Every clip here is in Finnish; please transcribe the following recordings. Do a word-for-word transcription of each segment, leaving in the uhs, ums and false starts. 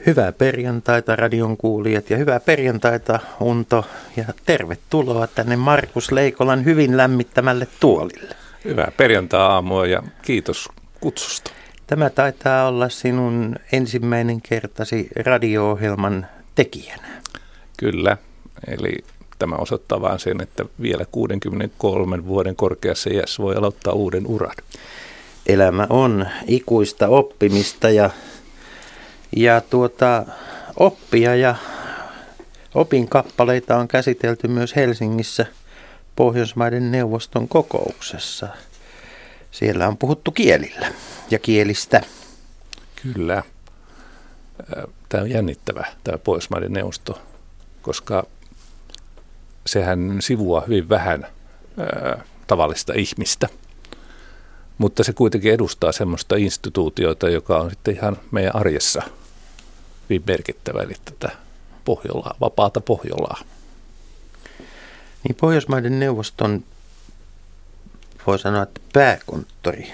Hyvää perjantaita radion kuulijat ja hyvää perjantaita Unto ja tervetuloa tänne Markus Leikolan hyvin lämmittämälle tuolille. Hyvää perjantai-aamua ja kiitos kutsusta. Tämä taitaa olla sinun ensimmäinen kertasi radio-ohjelman tekijänä. Kyllä, eli tämä osoittaa vain sen, että vielä kuudenkymmenenkolmen vuoden korkeassa iässä voi aloittaa uuden uran. Elämä on ikuista oppimista ja, ja tuota, oppia ja opinkappaleita on käsitelty myös Helsingissä Pohjoismaiden neuvoston kokouksessa. Siellä on puhuttu kielillä ja kielistä. Kyllä. Tämä on jännittävä, tämä Pohjoismaiden neuvosto, koska sehän sivuaa hyvin vähän ää, tavallista ihmistä. Mutta se kuitenkin edustaa semmoista instituutiota, joka on sitten ihan meidän arjessa hyvin merkittävä, eli tätä Pohjolaa, vapaata Pohjolaa. Niin Pohjoismaiden neuvoston, voi sanoa, että pääkonttori,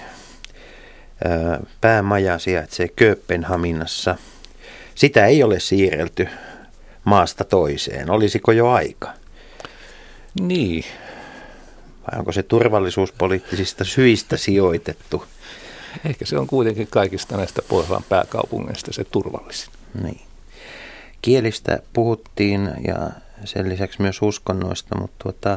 päämaja sijaitsee Kööpenhaminassa. Sitä ei ole siirrelty maasta toiseen. Olisiko jo aika? Niin. Vai onko se turvallisuuspoliittisista syistä sijoitettu? Ehkä se on kuitenkin kaikista näistä Pohjolan pääkaupungeista se turvallisin. Niin. Kielistä puhuttiin ja sen lisäksi myös uskonnoista, mutta tuota,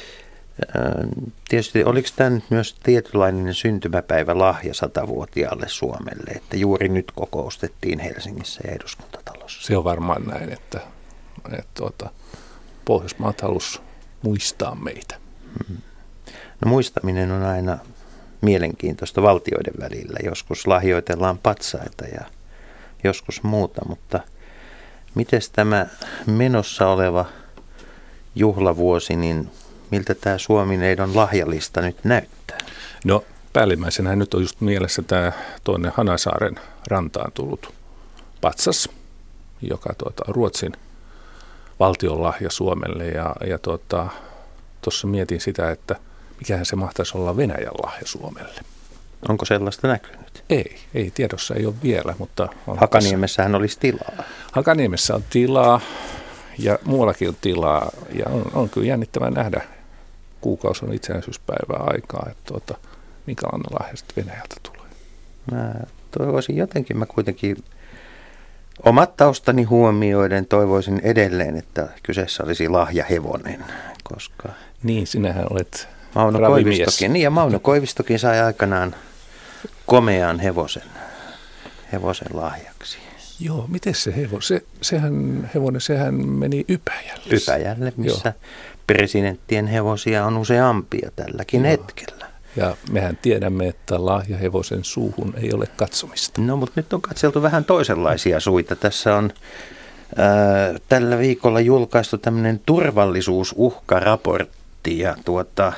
tietysti oliko tämä nyt myös tietynlainen syntymäpäivä lahja satavuotiaalle Suomelle, että juuri nyt kokoustettiin Helsingissä ja Eduskuntatalossa? Se on varmaan näin, että, että tuota, Pohjoismaat halusi muistaa meitä. Hmm. No muistaminen on aina mielenkiintoista valtioiden välillä. Joskus lahjoitellaan patsaita ja joskus muuta, mutta miten tämä menossa oleva juhlavuosi, niin miltä tämä Suomi-neidon lahjalista nyt näyttää? No päällimmäisenä nyt on just mielessä tämä tuonne Hanasaaren rantaan tullut patsas, joka tuota, on Ruotsin valtion lahja Suomelle ja, ja tuota, tuossa mietin sitä, että mikähän se mahtaisi olla Venäjän lahja Suomelle. Onko sellaista näkynyt? Ei, ei tiedossa ei ole vielä, mutta... Hakaniemessähän olisi tilaa. Hakaniemessä on tilaa ja muuallakin on tilaa ja on, on kyllä jännittävää nähdä. Kuukausi on itsenäisyyspäivää aikaa, että tuota, minkälainen lahja sitten Venäjältä tulee. Mä toivoisin jotenkin, mä kuitenkin omat taustani huomioiden toivoisin edelleen, että kyseessä olisi lahjahevonen, koska... Niin, sinähän olet Mauno Koivistokin, niin ja Mauno Koivistokin sai aikanaan komean hevosen, hevosen lahjaksi. Joo, miten se hevonen? Se, sehän, hevonen, sehän meni Ypäjälle. Ypäjälle, missä Joo. presidenttien hevosia on useampia tälläkin Joo. hetkellä. Ja mehän tiedämme, että lahjahevosen suuhun ei ole katsomista. No, mutta nyt on katseltu vähän toisenlaisia suita. Tässä on ää, tällä viikolla julkaistu tämmöinen turvallisuusuhkaraportti ja tuota...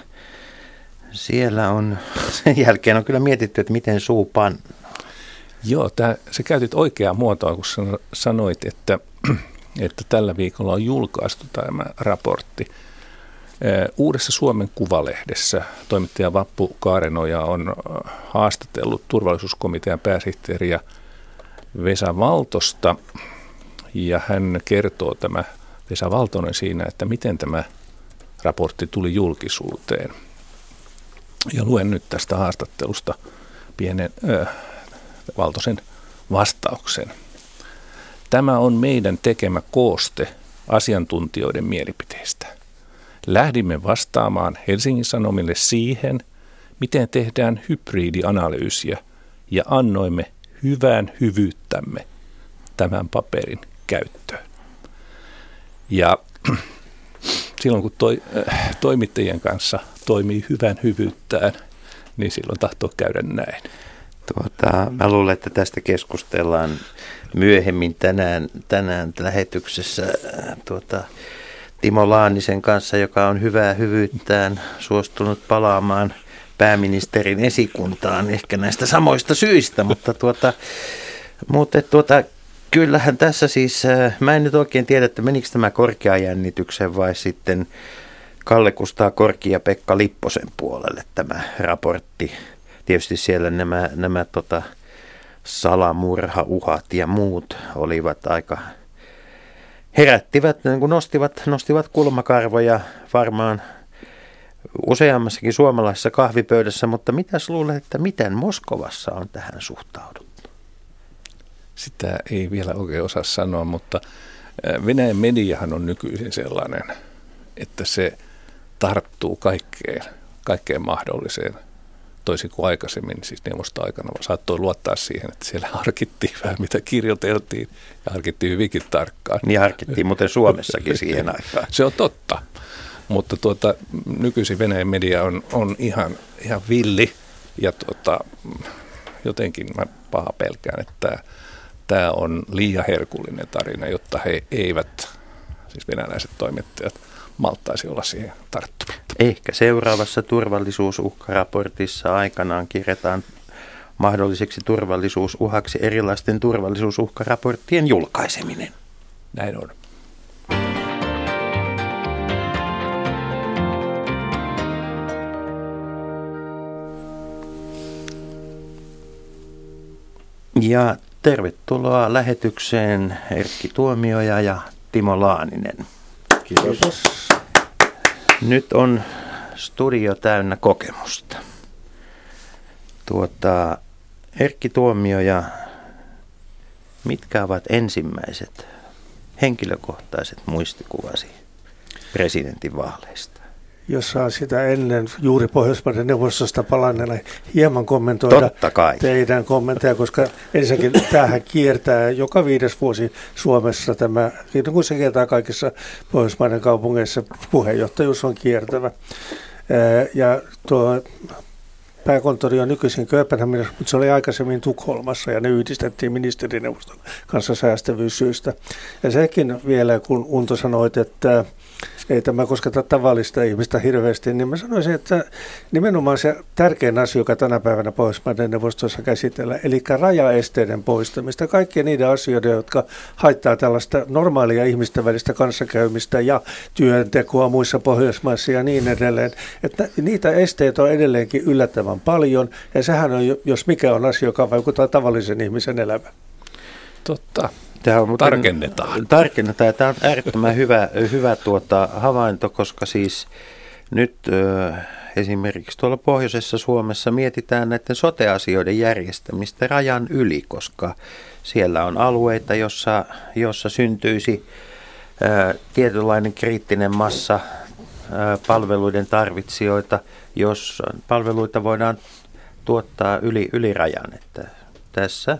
Siellä on, sen jälkeen on kyllä mietitty, että miten suu pannaan. Joo, tää, sä käytit oikeaa muotoa, kun sanoit, että, että tällä viikolla on julkaistu tämä raportti. Uudessa Suomen Kuvalehdessä toimittaja Vappu Kaarenoja on haastatellut turvallisuuskomitean pääsihteeriä Vesa Valtosta, ja hän kertoo tämä Vesa Valtonen siinä, että miten tämä raportti tuli julkisuuteen. Ja luen nyt tästä haastattelusta pienen ö, Valtosen vastauksen. Tämä on meidän tekemä kooste asiantuntijoiden mielipiteistä. Lähdimme vastaamaan Helsingin Sanomille siihen, miten tehdään hybridianalyysiä, ja annoimme hyvään hyvyyttämme tämän paperin käyttöön. Ja silloin kun toi, äh, toimittajien kanssa toimii hyvän hyvyyttään, niin silloin tahtoo käydä näin. Tuota, mä luulen, että tästä keskustellaan myöhemmin tänään, tänään lähetyksessä tuota, Timo Laannisen kanssa, joka on hyvää hyvyyttään suostunut palaamaan pääministerin esikuntaan ehkä näistä samoista syistä, mutta, tuota, mutta tuota, kyllähän tässä siis, mä en nyt oikein tiedä, että menikö tämä korkean jännityksen vai sitten Kalle Kustaa Korki ja Pekka Lipposen puolelle tämä raportti. Tietysti siellä nämä, nämä tota, salamurhauhat ja muut olivat aika, herättivät, niin kuin nostivat, nostivat kulmakarvoja varmaan useammassakin suomalaisessa kahvipöydässä, mutta mitäs luulet, että miten Moskovassa on tähän suhtauduttu? Sitä ei vielä oikein osaa sanoa, mutta Venäjän mediahan on nykyisin sellainen, että se tarttuu kaikkeen, kaikkeen mahdolliseen, toisin kuin aikaisemmin, siis neuvostoaikana saattoi luottaa siihen, että siellä harkittiin vähän, mitä kirjoiteltiin, ja harkittiin hyvinkin tarkkaan. Niin harkittiin muuten Suomessakin siihen aikaan. Se on totta, mutta tuota, nykyisin Venäjän media on, on ihan, ihan villi, ja tuota, jotenkin mä paha pelkään, että tämä on liian herkullinen tarina, jotta he eivät, siis venäläiset toimittajat, malttaisi olla siihen tarttumatta. Ehkä seuraavassa turvallisuusuhkaraportissa aikanaan kirjataan mahdolliseksi turvallisuusuhaksi erilaisten turvallisuusuhkaraporttien julkaiseminen. Näin on. Ja tervetuloa lähetykseen Erkki Tuomioja ja Timo Laaninen. Kiitos. Nyt on studio täynnä kokemusta. Tuota, Erkki Tuomioja, mitkä ovat ensimmäiset henkilökohtaiset muistikuvasi presidentinvaaleista? Jos saa sitä ennen juuri Pohjoismaiden neuvostosta palanneena hieman kommentoida teidän kommentteja, koska ensinnäkin tämähän kiertää joka viides vuosi Suomessa tämä, niin kuin se kiertää kaikissa Pohjoismaiden kaupungeissa, puheenjohtajuus on kiertävä. Ja tuo pääkonttori on nykyisin Kööpenhaminassa, mutta se oli aikaisemmin Tukholmassa ja ne yhdistettiin ministerineuvoston kanssa säästävyyssyistä. Ja sekin vielä, kun Unto sanoit, että ei tämä kosketa tavallista ihmistä hirveästi, niin mä sanoisin, että nimenomaan se tärkein asia, joka tänä päivänä Pohjoismaiden neuvostossa käsitellään, eli rajaesteiden poistamista, kaikkia niiden asioiden, jotka haittaa tällaista normaalia ihmisten välistä kanssakäymistä ja työntekoa muissa Pohjoismaissa ja niin edelleen, että niitä esteitä on edelleenkin yllättävän paljon, ja sehän on, jos mikä on asia, joka vaikuttaa tavallisen ihmisen elämään. Totta. Tämä on, tarkennetaan. Tarkennetaan. Tämä on äärettömän hyvä, hyvä tuota, havainto, koska siis nyt ö, esimerkiksi tuolla pohjoisessa Suomessa mietitään näiden sote-asioiden järjestämistä rajan yli, koska siellä on alueita, jossa, jossa syntyisi ö, tietynlainen kriittinen massa ö, palveluiden tarvitsijoita, jos palveluita voidaan tuottaa yli, yli rajan. Että tässä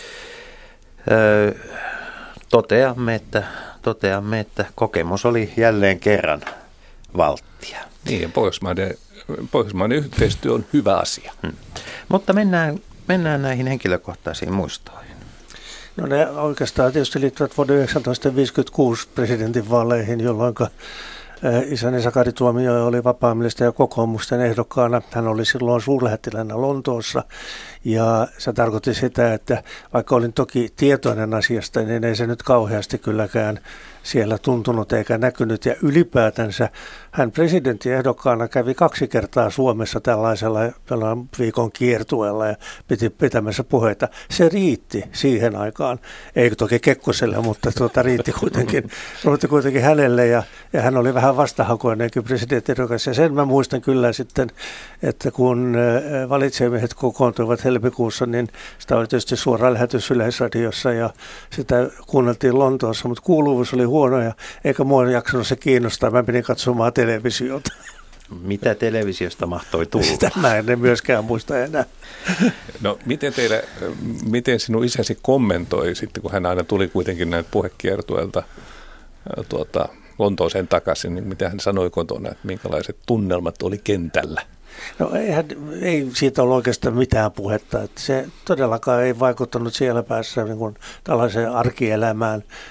Öö, toteamme, että, toteamme, että kokemus oli jälleen kerran valttia. Niin, Pohjoismaiden, Pohjoismaiden yhteistyö on hyvä asia. Hmm. Mutta mennään, mennään näihin henkilökohtaisiin muistoihin. No ne oikeastaan tietysti liittyvät vuoden yhdeksänteentoistasataaviisikymmentäkuusi presidentinvaaleihin, jolloin isäni Sakari Tuomioja oli vapaamielisten ja kokoomusten ehdokkaana. Hän oli silloin suurlähettilänä Lontoossa ja se tarkoitti sitä, että vaikka olin toki tietoinen asiasta, niin ei se nyt kauheasti kylläkään siellä tuntunut eikä näkynyt. Ja ylipäätänsä hän presidenttiehdokkaana kävi kaksi kertaa Suomessa tällaisella viikon kiertueella ja piti pitämässä puheita. Se riitti siihen aikaan. Ei toki Kekkoselle, mutta tuota riitti kuitenkin, riitti kuitenkin hänelle ja, ja hän oli vähän vastahakoinenkin presidenttiehdokas. Ja sen mä muistan kyllä sitten, että kun valitsijamiehet kokoontuivat helmikuussa, niin sitä oli tietysti suora lähetys Yleisradiossa ja sitä kuunneltiin Lontoossa, mutta kuuluvuus oli huono ja eikä mua jaksanut se kiinnostaa. Mä pidin katsomaan televisiota. Mitä televisiosta mahtoi tulla? Sitä mä en myöskään muista enää. No miten, teille, miten sinun isäsi kommentoi sitten, kun hän aina tuli kuitenkin näitä puhekiertueelta tuota, Lontooseen takaisin, niin mitä hän sanoi kotona, että minkälaiset tunnelmat oli kentällä? No eihän, ei siitä ole oikeastaan mitään puhetta. Että se todellakaan ei vaikuttanut siellä päässä niin kuin tällaiseen arkielämään.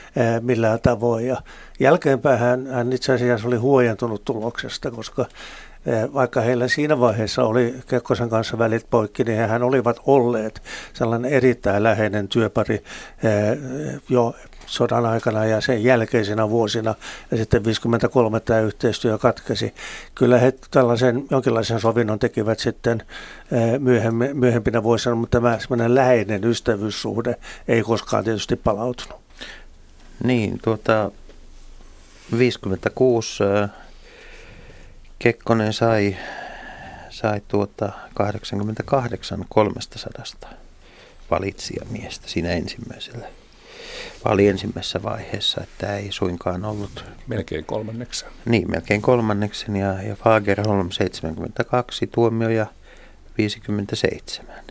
millään tavoin. Ja jälkeenpäin hän, hän itse asiassa oli huojentunut tuloksesta, koska vaikka heillä siinä vaiheessa oli Kekkosen kanssa välit poikki, niin hän olivat olleet sellainen erittäin läheinen työpari jo sodan aikana ja sen jälkeisinä vuosina, ja sitten viisikymmentäkolme tämä yhteistyö katkesi. Kyllä he tällaisen jonkinlaisen sovinnon tekivät sitten myöhempinä vuosina, mutta tämä semmoinen läheinen ystävyyssuhde ei koskaan tietysti palautunut. Niin, tuota viisikymmentäkuusi Kekkonen sai, sai tuota kahdeksankymmentäkahdeksan kolmestasadasta valitsijamiestä siinä ensimmäisellä. Oli ensimmäisessä vaiheessa, että ei suinkaan ollut. Melkein kolmanneksen. Niin, melkein kolmanneksen ja, ja Fagerholm seitsemänkymmentäkaksi, Tuomioja viisikymmentäseitsemän.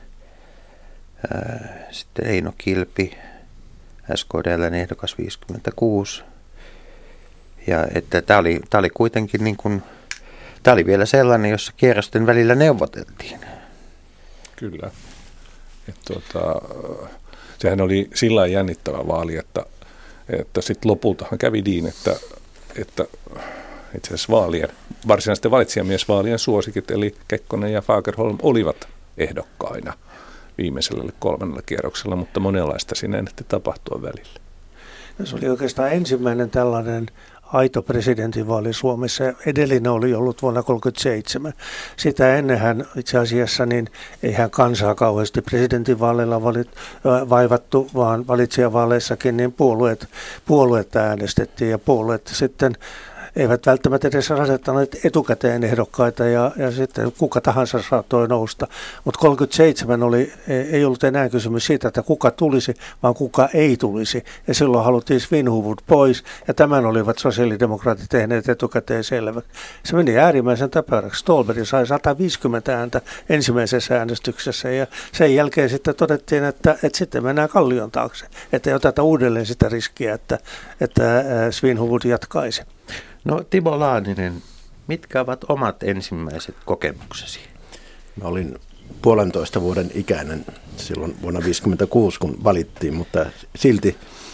Sitten Eino Kilpi, S K D L:n ehdokas viisikymmentäkuusi. Ja että tämä oli, tämä oli kuitenkin niin kuin, tämä oli vielä sellainen, jossa kierrosten välillä neuvoteltiin. Kyllä. Että tuota, sehän oli sillä jännittävä vaali, että, että sitten lopultahan kävi niin, että, että itse asiassa vaalien, varsinaisten valitsijamiesvaalien suosikit, eli Kekkonen ja Fagerholm olivat ehdokkaina viimeisellä kolmannella kierroksella, mutta monenlaista siinä ennätti tapahtua välillä. No, se oli oikeastaan ensimmäinen tällainen aito presidentinvaali Suomessa. Edellinen oli ollut vuonna tuhatyhdeksänsataakolmekymmentäseitsemän. Sitä ennenhän itse asiassa niin eihän kansaa kauheasti presidentinvaaleilla valit, vaivattu, vaan valitsijavaaleissakin niin puolueet, puolueet äänestettiin ja puolueet sitten eivät välttämättä edes asettaneet etukäteen ehdokkaita ja, ja sitten kuka tahansa saattoi nousta. Mutta kolmekymmentäseitsemän oli, ei ollut enää kysymys siitä, että kuka tulisi, vaan kuka ei tulisi. Ja silloin haluttiin Svinhufvud pois ja tämän olivat sosiaalidemokraatit tehneet etukäteen selväksi. Se meni äärimmäisen täpäräksi. Ståhlberg sai sata viisikymmentä ääntä ensimmäisessä äänestyksessä ja sen jälkeen sitten todettiin, että, että sitten mennään kallion taakse. Että ei oteta uudelleen sitä riskiä, että, että Svinhufvud jatkaisi. No Timo Laaninen, mitkä ovat omat ensimmäiset kokemuksesi? Mä olin puolentoista vuoden ikäinen silloin vuonna tuhatyhdeksänsataaviisikymmentäkuusi, kun valittiin, mutta silti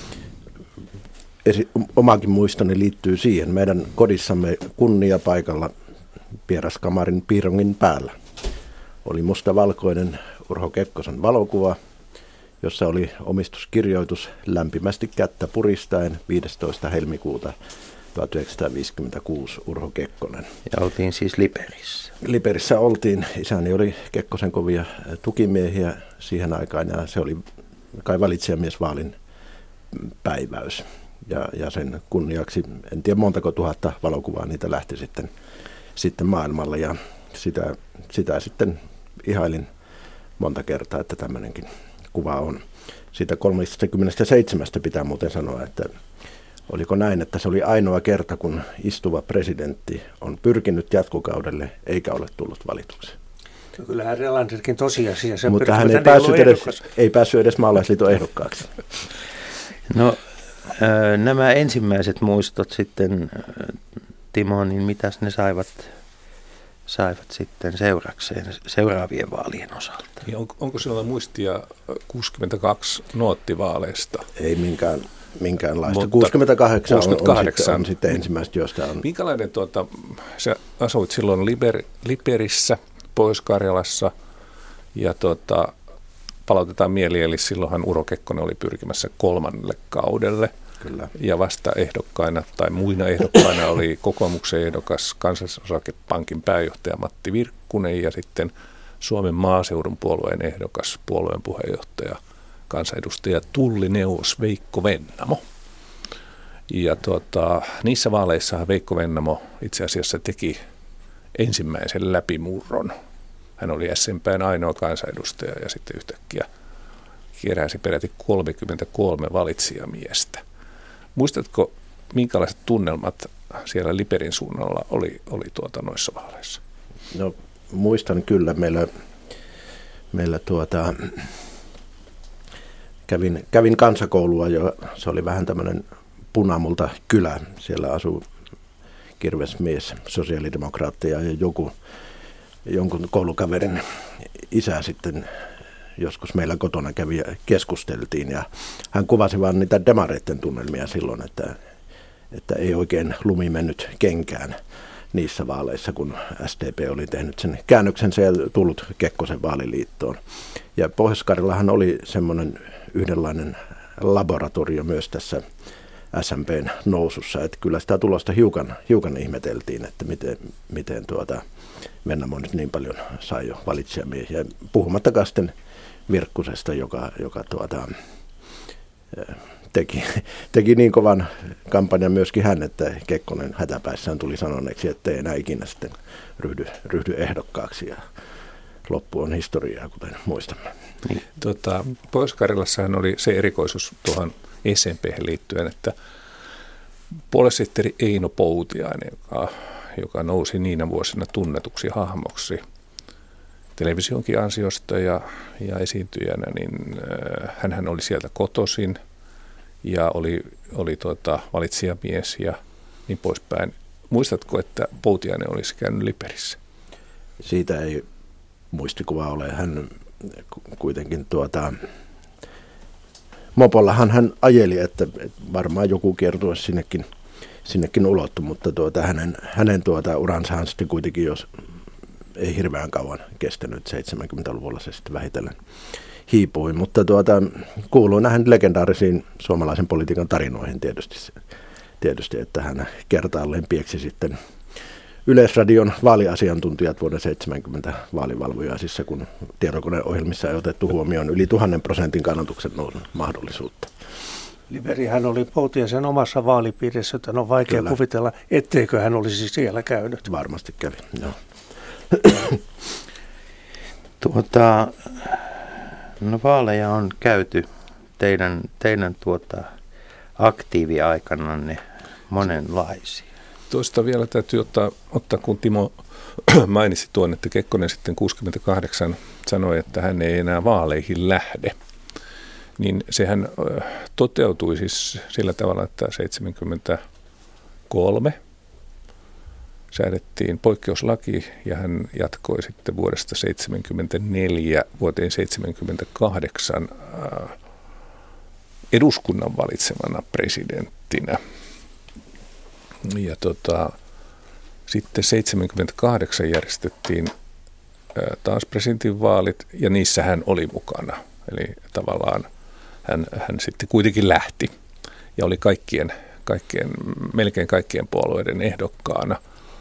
esi- omakin muistoni liittyy siihen. Meidän kodissamme kunniapaikalla Pieraskamarin piirongin päällä oli mustavalkoinen Urho Kekkosen valokuva, jossa oli omistuskirjoitus lämpimästi kättä puristaen viidestoista helmikuuta tuhatyhdeksänsataaviisikymmentäkuusi Urho Kekkonen. Ja oltiin siis Liperissä. Liperissä oltiin. Isäni oli Kekkosen kovia tukimiehiä siihen aikaan ja se oli kai valitsijamiesvaalin päiväys. Ja, ja sen kunniaksi, en tiedä montako tuhatta valokuvaa niitä lähti sitten, sitten maailmalle ja sitä, sitä sitten ihailin monta kertaa, että tämmöinenkin kuva on. Siitä kolmekymmentäseitsemän pitää muuten sanoa, että oliko näin, että se oli ainoa kerta, kun istuva presidentti on pyrkinyt jatkokaudelle eikä ole tullut valituksi. No, kyllähän Relanderkin tosiasia. Sen Mutta hän ei päässyt, edes, ei päässyt edes maalaisliiton ehdokkaaksi. No nämä ensimmäiset muistot sitten, Timo, niin mitäs ne saivat, saivat sitten seurakseen seuraavien vaalien osalta? Ja on, onko sinulla muistia kuusikymmentäkaksi nuottivaaleista? Ei minkään. Minkäänlaista. Mutta kuusikymmentäkahdeksan, kuusikymmentäkahdeksan on, on, sitten, on sitten ensimmäistä, josta on. Minkälainen, tuota, sä asuit silloin Liber, Liperissä, Pohjois-Karjalassa, ja tuota, palautetaan mieli, eli silloinhan Urho Kekkonen oli pyrkimässä kolmannelle kaudelle. Kyllä. Ja vasta ehdokkaina, tai muina ehdokkaina oli kokoomuksen ehdokas Kansallisosakepankin pääjohtaja Matti Virkkunen, ja sitten Suomen maaseudun puolueen ehdokas, puolueen puheenjohtaja, kansanedustaja tullineuvos Veikko Vennamo. Ja tuota, niissä vaaleissa Veikko Vennamo itse asiassa teki ensimmäisen läpimurron. Hän oli S M P:n ainoa kansanedustaja ja sitten yhtäkkiä keräsi peräti kolmekymmentäkolme valitsijamiestä. Muistatko, minkälaiset tunnelmat siellä Liperin suunnalla oli, oli tuota noissa vaaleissa? No muistan kyllä. Meillä, meillä tuota... Kävin, kävin kansakoulua jo, se oli vähän tämmöinen punamulta kylä. Siellä asui kirvesmies, sosiaalidemokraatteja ja joku, jonkun koulukaverin isä sitten joskus meillä kotona kävi ja keskusteltiin. Ja hän kuvasi vaan niitä demareiden tunnelmia silloin, että, että ei oikein lumi mennyt kenkään niissä vaaleissa, kun S D P oli tehnyt sen käännöksensä ja tullut Kekkosen vaaliliittoon. Ja Pohjois-Karjalahan oli semmoinen yhdenlainen laboratorio myös tässä S M P:n nousussa, että kyllä sitä tulosta hiukan, hiukan ihmeteltiin, että miten, miten tuota Vennamo nyt niin paljon sai jo valitsijamiehiä, puhumattakaan sitten Virkkusesta, joka, joka tuota, teki, teki niin kovan kampanjan myöskin hän, että Kekkonen hätäpäissään tuli sanoneeksi, että ei enää ikinä sitten ryhdy, ryhdy ehdokkaaksi ja loppu on historiaa, kuten muistamme. Niin. Tota, Pohjois-Karjalassahan oli se erikoisuus tuohon S M P:hen liittyen, että puoluesihteeri Eino Poutiainen, joka, joka nousi niinä vuosina tunnetuksi hahmoksi televisionkin ansiosta ja, ja esiintyjänä, niin äh, hänhän oli sieltä kotoisin ja oli, oli tuota, valitsijamies ja niin poispäin. Muistatko, että Poutiainen olisi käynyt Liperissä? Siitä ei muistikuva ole. Hän kuitenkin tuota, mopollahan hän ajeli, että varmaan joku kiertue sinnekin, sinnekin ulottu, mutta tuota, hänen, hänen tuota, uransahan sitten kuitenkin, jos ei hirveän kauan kestänyt, seitsemänkymmentäluvulla se sitten vähitellen hiipui, mutta tuota, kuuluu näihin legendaarisiin suomalaisen politiikan tarinoihin tietysti, tietysti että hän kertaalleen pieksi sitten Yleisradion vaaliasiantuntijat vuoden seitsemänkymmentä vaalivalvojaisissa, kun tietokoneohjelmissa ei otettu huomioon yli tuhannen prosentin kannatuksen nousun mahdollisuutta. Liperihän oli Poutiaisen omassa vaalipiirissä, joten on vaikea Kyllä. kuvitella, etteikö hän olisi siellä käynyt. Varmasti kävi, joo. Tuota, no vaaleja on käyty teidän, teidän tuota, aktiiviaikananne monenlaisia. Tuosta vielä täytyy ottaa, ottaa, kun Timo mainitsi tuon, että Kekkonen sitten kuusikymmentäkahdeksan sanoi, että hän ei enää vaaleihin lähde. Niin sehän toteutui siis sillä tavalla, että seitsemänkymmentäkolme säädettiin poikkeuslaki ja hän jatkoi sitten vuodesta seitsemänkymmentäneljä vuoteen seitsemänkymmentäkahdeksan eduskunnan valitsemana presidenttinä. Ja tota, sitten seitsemänkymmentäkahdeksan järjestettiin ää, taas presidentinvaalit ja niissä hän oli mukana. Eli tavallaan hän, hän sitten kuitenkin lähti ja oli kaikkien, kaikkien, melkein kaikkien puolueiden ehdokkaana.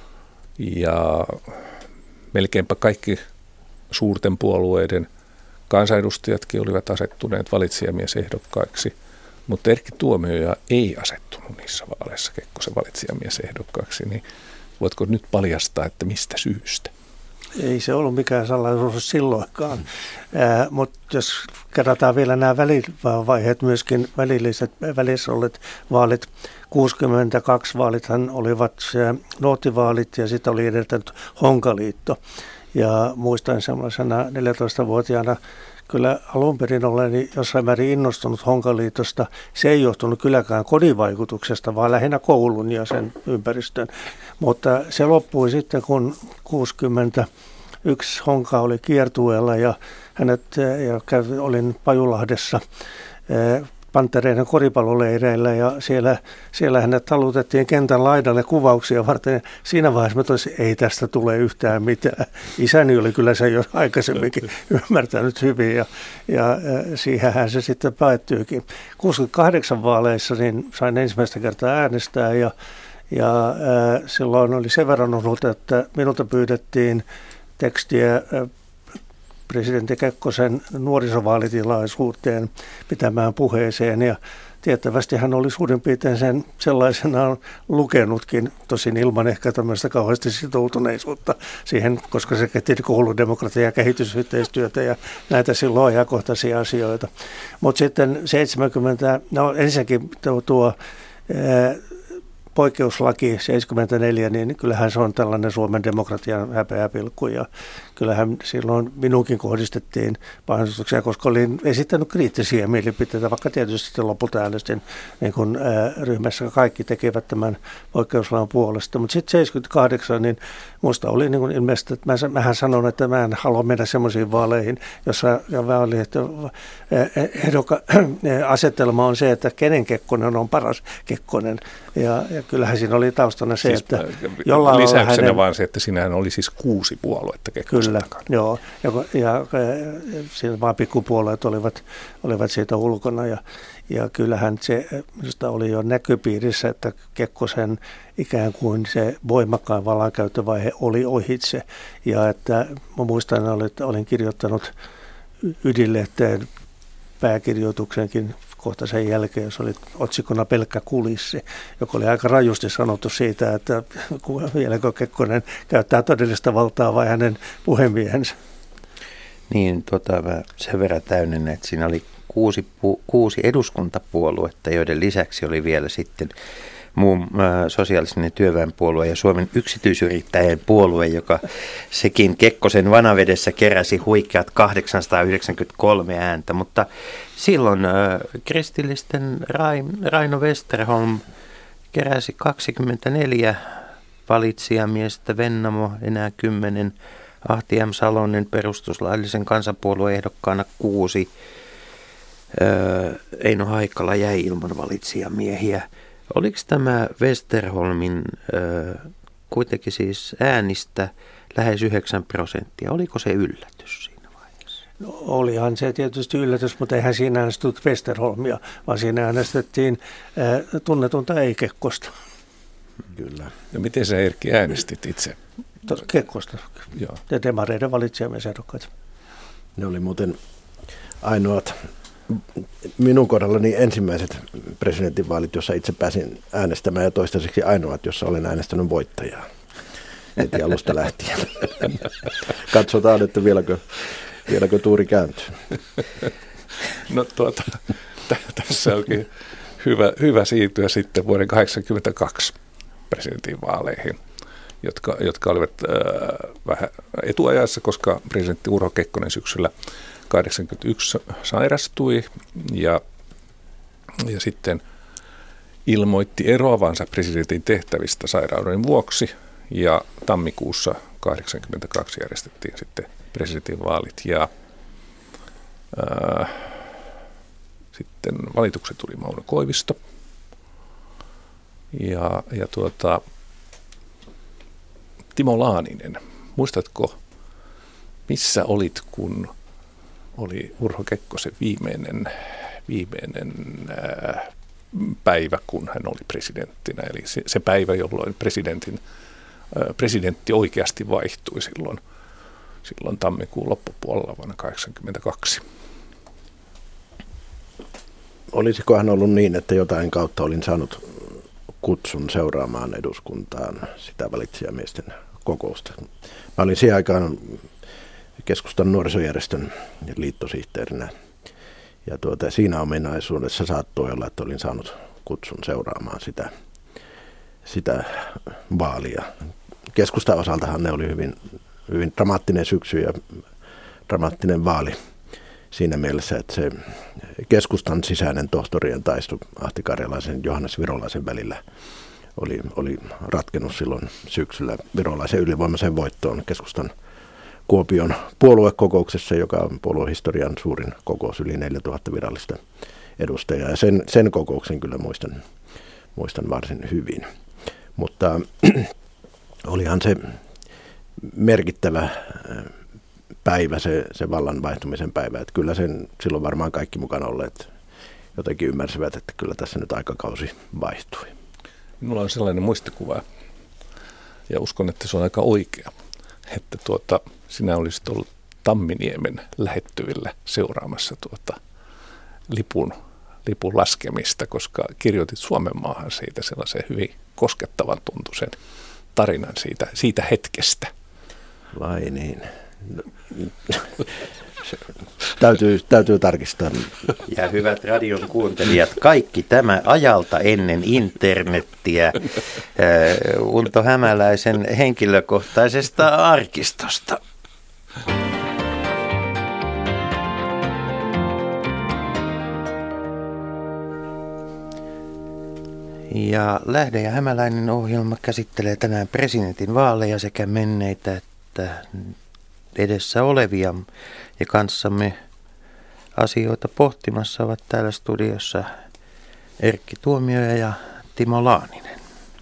Ja melkeinpä kaikki suurten puolueiden kansanedustajatkin olivat asettuneet valitsijamiesehdokkaiksi. Mutta Erkki Tuomioja ei asettunut niissä vaaleissa Kekkosen valitsijamiesehdokkaaksi, niin voitko nyt paljastaa, että mistä syystä? Ei se ollut mikään salaisuus silloinkaan, äh, mutta jos kerrataan vielä nämä välivaiheet, myöskin välilliset, välissä olleet vaalit, kuusikymmentäkaksi vaalithan olivat noottivaalit ja sitten oli edeltänyt Honkaliitto. Ja muistan sellaisena neljätoistavuotiaana kyllä alun perin olen jossain määrin innostunut Honkaliitosta. Se ei johtunut kylläkään kodinvaikutuksesta, vaan lähinnä koulun ja sen ympäristön. Mutta se loppui sitten, kun kuusikymmentäyksi Honka oli kiertueella ja hänet, ja kävi, olin Pajulahdessa Pantereiden koripalloleireillä ja siellä, siellä hänet talutettiin kentän laidalle kuvauksia varten. Siinä vaiheessa mä toisin, ei tästä tule yhtään mitään. Isäni oli kyllä se jo aikaisemminkin ymmärtänyt hyvin ja, ja siihenhän se sitten päättyykin. kuusikymmentäkahdeksan vaaleissa niin sain ensimmäistä kertaa äänestää ja, ja äh, silloin oli sen verran ollut, että minulta pyydettiin tekstiä äh, presidentti Kekkosen nuorisovaalitilaisuuteen pitämään puheeseen ja tiettävästi hän oli suurin piirtein sen sellaisenaan lukenutkin, tosin ilman ehkä tämmöistä kauheasti sitoutuneisuutta siihen, koska se käsitti kouludemokratiaa ja kehitysyhteistyötä ja näitä silloin ajankohtaisia asioita. Mutta sitten seitsemänkymmentä, no ensinnäkin tuo, tuo poikkeuslaki seitsemänkymmentäneljä, niin kyllähän se on tällainen Suomen demokratian häpeäpilkku ja kyllähän silloin minunkin kohdistettiin painostuksia, koska olin esittänyt kriittisiä mielipiteitä, vaikka tietysti sitten lopulta äänestin niin kun ää, ryhmässä kaikki tekevät tämän poikkeuslain puolesta. Mutta sitten seitsemänkymmentäkahdeksan, niin minusta oli niin kun ilmeisesti, että mä, mähän sanon, että mä en halua mennä semmoisiin vaaleihin, jossa vaali, että ehdoka, asetelma on se, että kenen Kekkonen on paras Kekkonen. Ja, ja kyllähän siinä oli taustana se, siis että jollain lisäyksenä hänen, vaan se, että siinähän oli siis kuusi puoluetta Kekkosen kyllä, takana. joo. Ja, ja, ja siinä vaan pikkupuolueet olivat, olivat siitä ulkona. Ja, ja kyllähän se minusta oli jo näköpiirissä, että Kekkosen ikään kuin se voimakkaan vallankäyttövaihe oli ohitse. Ja että mä muistan, että olin kirjoittanut Ydinlehteen pääkirjoituksenkin kohta sen jälkeen, jos oli otsikkona pelkkä kulissi, joka oli aika rajusti sanottu siitä, että vieläkö Kekkonen käyttää todellista valtaa vai hänen puhemiehensä. Niin, tota, mä sen verran täynnä, että siinä oli kuusi, pu, kuusi eduskuntapuoluetta, joiden lisäksi oli vielä sitten muun äh, sosiaalisen työväenpuolue ja Suomen yksityisyrittäjien puolue, joka sekin Kekkosen vanavedessä keräsi huikeat kahdeksansataayhdeksänkymmentäkolme ääntä, mutta silloin äh, kristillisten Rain, Raino Westerholm keräsi kaksikymmentäneljä valitsijamiestä, Vennamo enää kymmenen, Ahti M. Salonen perustuslaillisen kansanpuolueen ehdokkaana kuusi, äh, Eino Haikala jäi ilman valitsijamiehiä. Oliko tämä Westerholmin äh, kuitenkin siis äänistä lähes yhdeksän prosenttia? Oliko se yllätys siinä vaiheessa? No, olihan se tietysti yllätys, mutta eihän siinä äänestetty Westerholmia, vaan siinä äänestettiin äh, tunnetunta ei-Kekkosta. Kyllä. Ja miten sä, Erkki, äänestit itse? Kekkosta. Joo. Ja demareiden valitsijamiesehdokkaat. Ne oli muuten ainoat minun kohdallani ensimmäiset presidentinvaalit, jossa itse pääsin äänestämään, ja toistaiseksi ainoat, jossa olen äänestänyt voittajaa heti alusta lähtien. Katsotaan, että vieläkö, vieläkö tuuri kääntyy. No tuota, t- tässä onkin hyvä, hyvä siirtyä sitten vuoden kahdeksankymmentäkaksi presidentinvaaleihin, jotka, jotka olivat äh, vähän etuajassa, koska presidentti Urho Kekkonen syksyllä kahdeksankymmentäyksi sairastui ja, ja sitten ilmoitti eroavansa presidentin tehtävistä sairauden vuoksi, ja tammikuussa kahdeksankymmentäkaksi järjestettiin sitten presidentinvaalit ja ää, sitten valitukset tuli Mauno Koivisto ja, ja tuota, Timo Laaninen. Muistatko, missä olit, kun oli Urho Kekkosen viimeinen, viimeinen ää, päivä, kun hän oli presidenttinä. Eli se, se päivä, jolloin presidentin, ää, presidentti oikeasti vaihtui silloin, silloin tammikuun loppupuolella vuonna kahdeksankymmentäkaksi. Olisikohan ollut niin, että jotain kautta olin saanut kutsun seuraamaan eduskuntaan sitä valitsijamiesten kokousta. Mä olin siihen aikaan keskustan nuorisojärjestön liittosihteerinä. Ja tuota, siinä ominaisuudessa saattoi olla, että olin saanut kutsun seuraamaan sitä, sitä vaalia. Keskustan osaltahan ne oli hyvin, hyvin dramaattinen syksy ja dramaattinen vaali siinä mielessä, että se keskustan sisäinen tohtorien taisto Ahti Karjalaisen ja Johannes Virolaisen välillä oli, oli ratkennut silloin syksyllä Virolaisen ylivoimaisen voittoon keskustan Kuopion puoluekokouksessa, joka on puoluehistorian suurin kokous, yli neljätuhatta virallista edustajaa. Ja sen, sen kokouksen kyllä muistan, muistan varsin hyvin. Mutta olihan se merkittävä päivä, se, se vallan vaihtumisen päivä. Että kyllä sen silloin varmaan kaikki mukana olleet jotenkin ymmärsivät, että kyllä tässä nyt aikakausi vaihtui. Minulla on sellainen muistikuva, ja uskon, että se on aika oikea, että tuota, sinä olisit ollut Tamminiemen lähettyvillä seuraamassa tuota lipun, lipun laskemista, koska kirjoitit Suomen maahan siitä sellaisen hyvin koskettavan tuntuisen tarinan siitä, siitä hetkestä. Vai niin. täytyy, täytyy tarkistaa. Ja hyvät radion kuuntelijat, kaikki tämä ajalta ennen internettiä Unto Hämäläisen henkilökohtaisesta arkistosta. Ja Lähde ja Hämäläinen ohjelma käsittelee tänään presidentin vaaleja sekä menneitä että edessä olevia. Ja kanssamme asioita pohtimassa ovat täällä studiossa Erkki Tuomioja ja Timo Laaninen.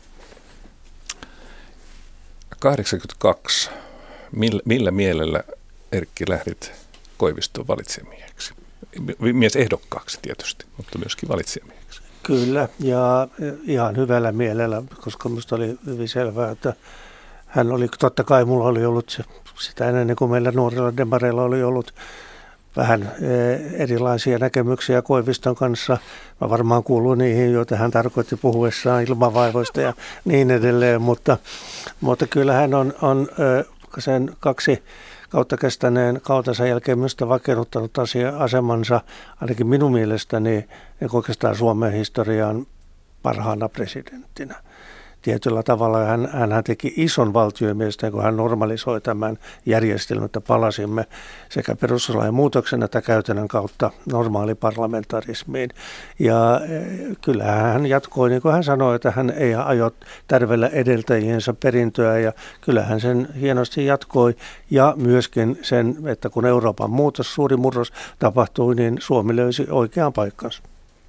kahdeksankymmentäkaksi. Millä, millä mielellä, Erkki, lähdit Koiviston valitsijamieheksi? Miesehdokkaaksi tietysti, mutta myöskin valitsijamieheksi. Kyllä, ja ihan hyvällä mielellä, koska minusta oli hyvin selvää, että hän oli, totta kai mulla oli ollut se, sitä ennen kuin meillä nuorilla demareilla oli ollut vähän erilaisia näkemyksiä Koiviston kanssa. Mä varmaan kuulun niihin, joita hän tarkoitti puhuessaan ilmavaivoista ja niin edelleen, mutta, mutta kyllä hän on, on sen kaksi kautta kestäneen kautensa jälkeen minusta vakiinnuttanut asia, asemansa, ainakin minun mielestäni, oikeastaan Suomen historian parhaana presidenttinä. Tietyllä tavalla hän, hän teki ison valtiomielestä, kun hän normalisoi tämän järjestelmän, että palasimme sekä perustuslain muutoksen että käytännön kautta normaaliparlamentarismiin. Ja kyllä hän jatkoi, niin kuin hän sanoi, että hän ei aio tärvellä edeltäjiensä perintöä, ja kyllä hän sen hienosti jatkoi. Ja myöskin sen, että kun Euroopan muutos, suuri murros tapahtui, niin Suomi löysi oikean paikkansa.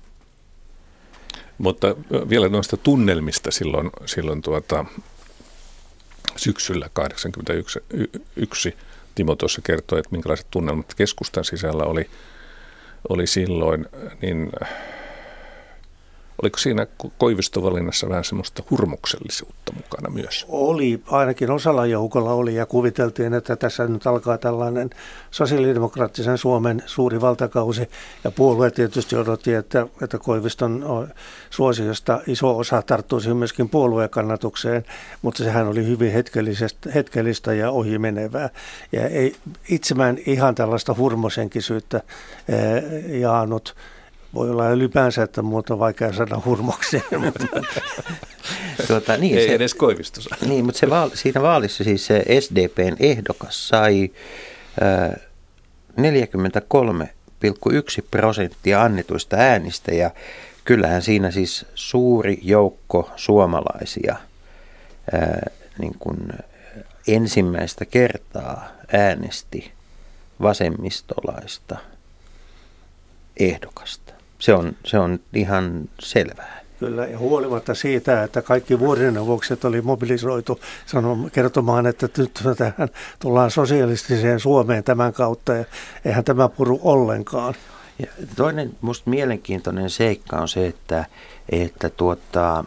Mutta vielä noista tunnelmista silloin, silloin tuota, syksyllä kahdeksankymmentäyksi. Timo tuossa kertoi, että minkälaiset tunnelmat keskustan sisällä oli, oli silloin, niin oliko siinä Koiviston valinnassa vähän semmoista hurmuksellisuutta mukana myös? Oli, ainakin osalla joukolla oli, ja kuviteltiin, että tässä nyt alkaa tällainen sosiaalidemokraattisen Suomen suuri valtakausi, ja puolue tietysti odotti, että, että Koiviston suosiosta iso osa tarttuisi myöskin puoluekannatukseen, mutta sehän oli hyvin hetkellistä ja ohimenevää. Ja ei, itse mä en ihan tällaista hurmosenkisyyttä eh, jaanut. Voi olla ylipäänsä, että muuta on vaikea saada hurmokseen. tuota, niin, Ei se, edes Koivistossa. Niin, mutta se vaali, siinä vaalissa siis se S D P:n ehdokas sai äh, neljäkymmentäkolme pilkku yksi prosenttia annetuista äänistä, ja kyllähän siinä siis suuri joukko suomalaisia äh, niin kuin ensimmäistä kertaa äänesti vasemmistolaista ehdokasta. Se on, se on ihan selvää. Kyllä, ja huolimatta siitä, että kaikki vuorineuvokset oli mobilisoitu sanon, kertomaan, että nyt tähän tullaan sosialistiseen Suomeen tämän kautta, ja eihän tämä puru ollenkaan. Ja toinen musta mielenkiintoinen seikka on se, että, että tuota,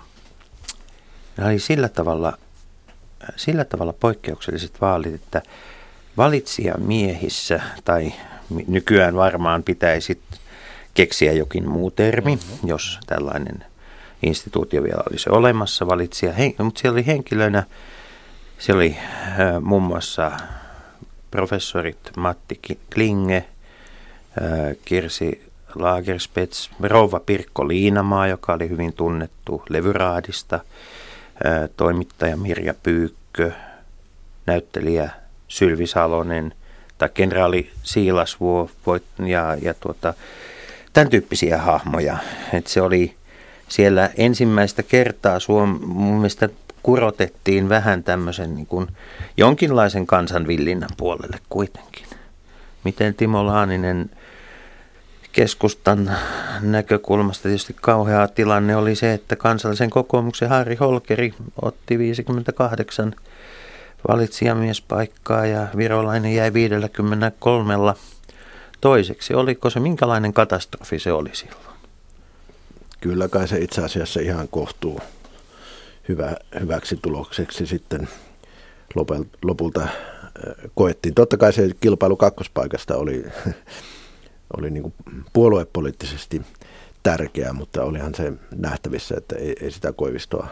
oli sillä tavalla, sillä tavalla poikkeukselliset vaalit, että valitsijamiehissä, tai nykyään varmaan pitäisi keksiä jokin muu termi, jos tällainen instituutio vielä olisi olemassa, valitsija, mutta siellä oli henkilönä, siellä oli äh, muun muassa professorit Matti Klinge, äh, Kirsi Lagerspets, rouva Pirkko Liinamaa, joka oli hyvin tunnettu Levyraadista, äh, toimittaja Mirja Pyykkö, näyttelijä Sylvi Salonen tai kenraali Siilasvuo ja, ja tuota, tämän tyyppisiä hahmoja. Että se oli siellä ensimmäistä kertaa Suom, mun mielestä kurotettiin vähän tämmöisen niin kuin jonkinlaisen kansanvillinnän puolelle kuitenkin. Miten Timo Laaninen keskustan näkökulmasta tietysti kauhea tilanne oli se, että Kansallisen kokoomuksen Harri Holkeri otti viisikymmentäkahdeksan valitsijamiespaikkaa ja Virolainen jäi viisikymmentäkolme toiseksi. Oliko se, minkälainen katastrofi se oli silloin? Kyllä kai se itse asiassa ihan kohtuu hyvä, hyväksi tulokseksi sitten lopulta koettiin. Totta kai se kilpailu kakkospaikasta oli, oli niin kuin puoluepoliittisesti tärkeä, mutta olihan se nähtävissä, että ei, ei sitä Koivistoa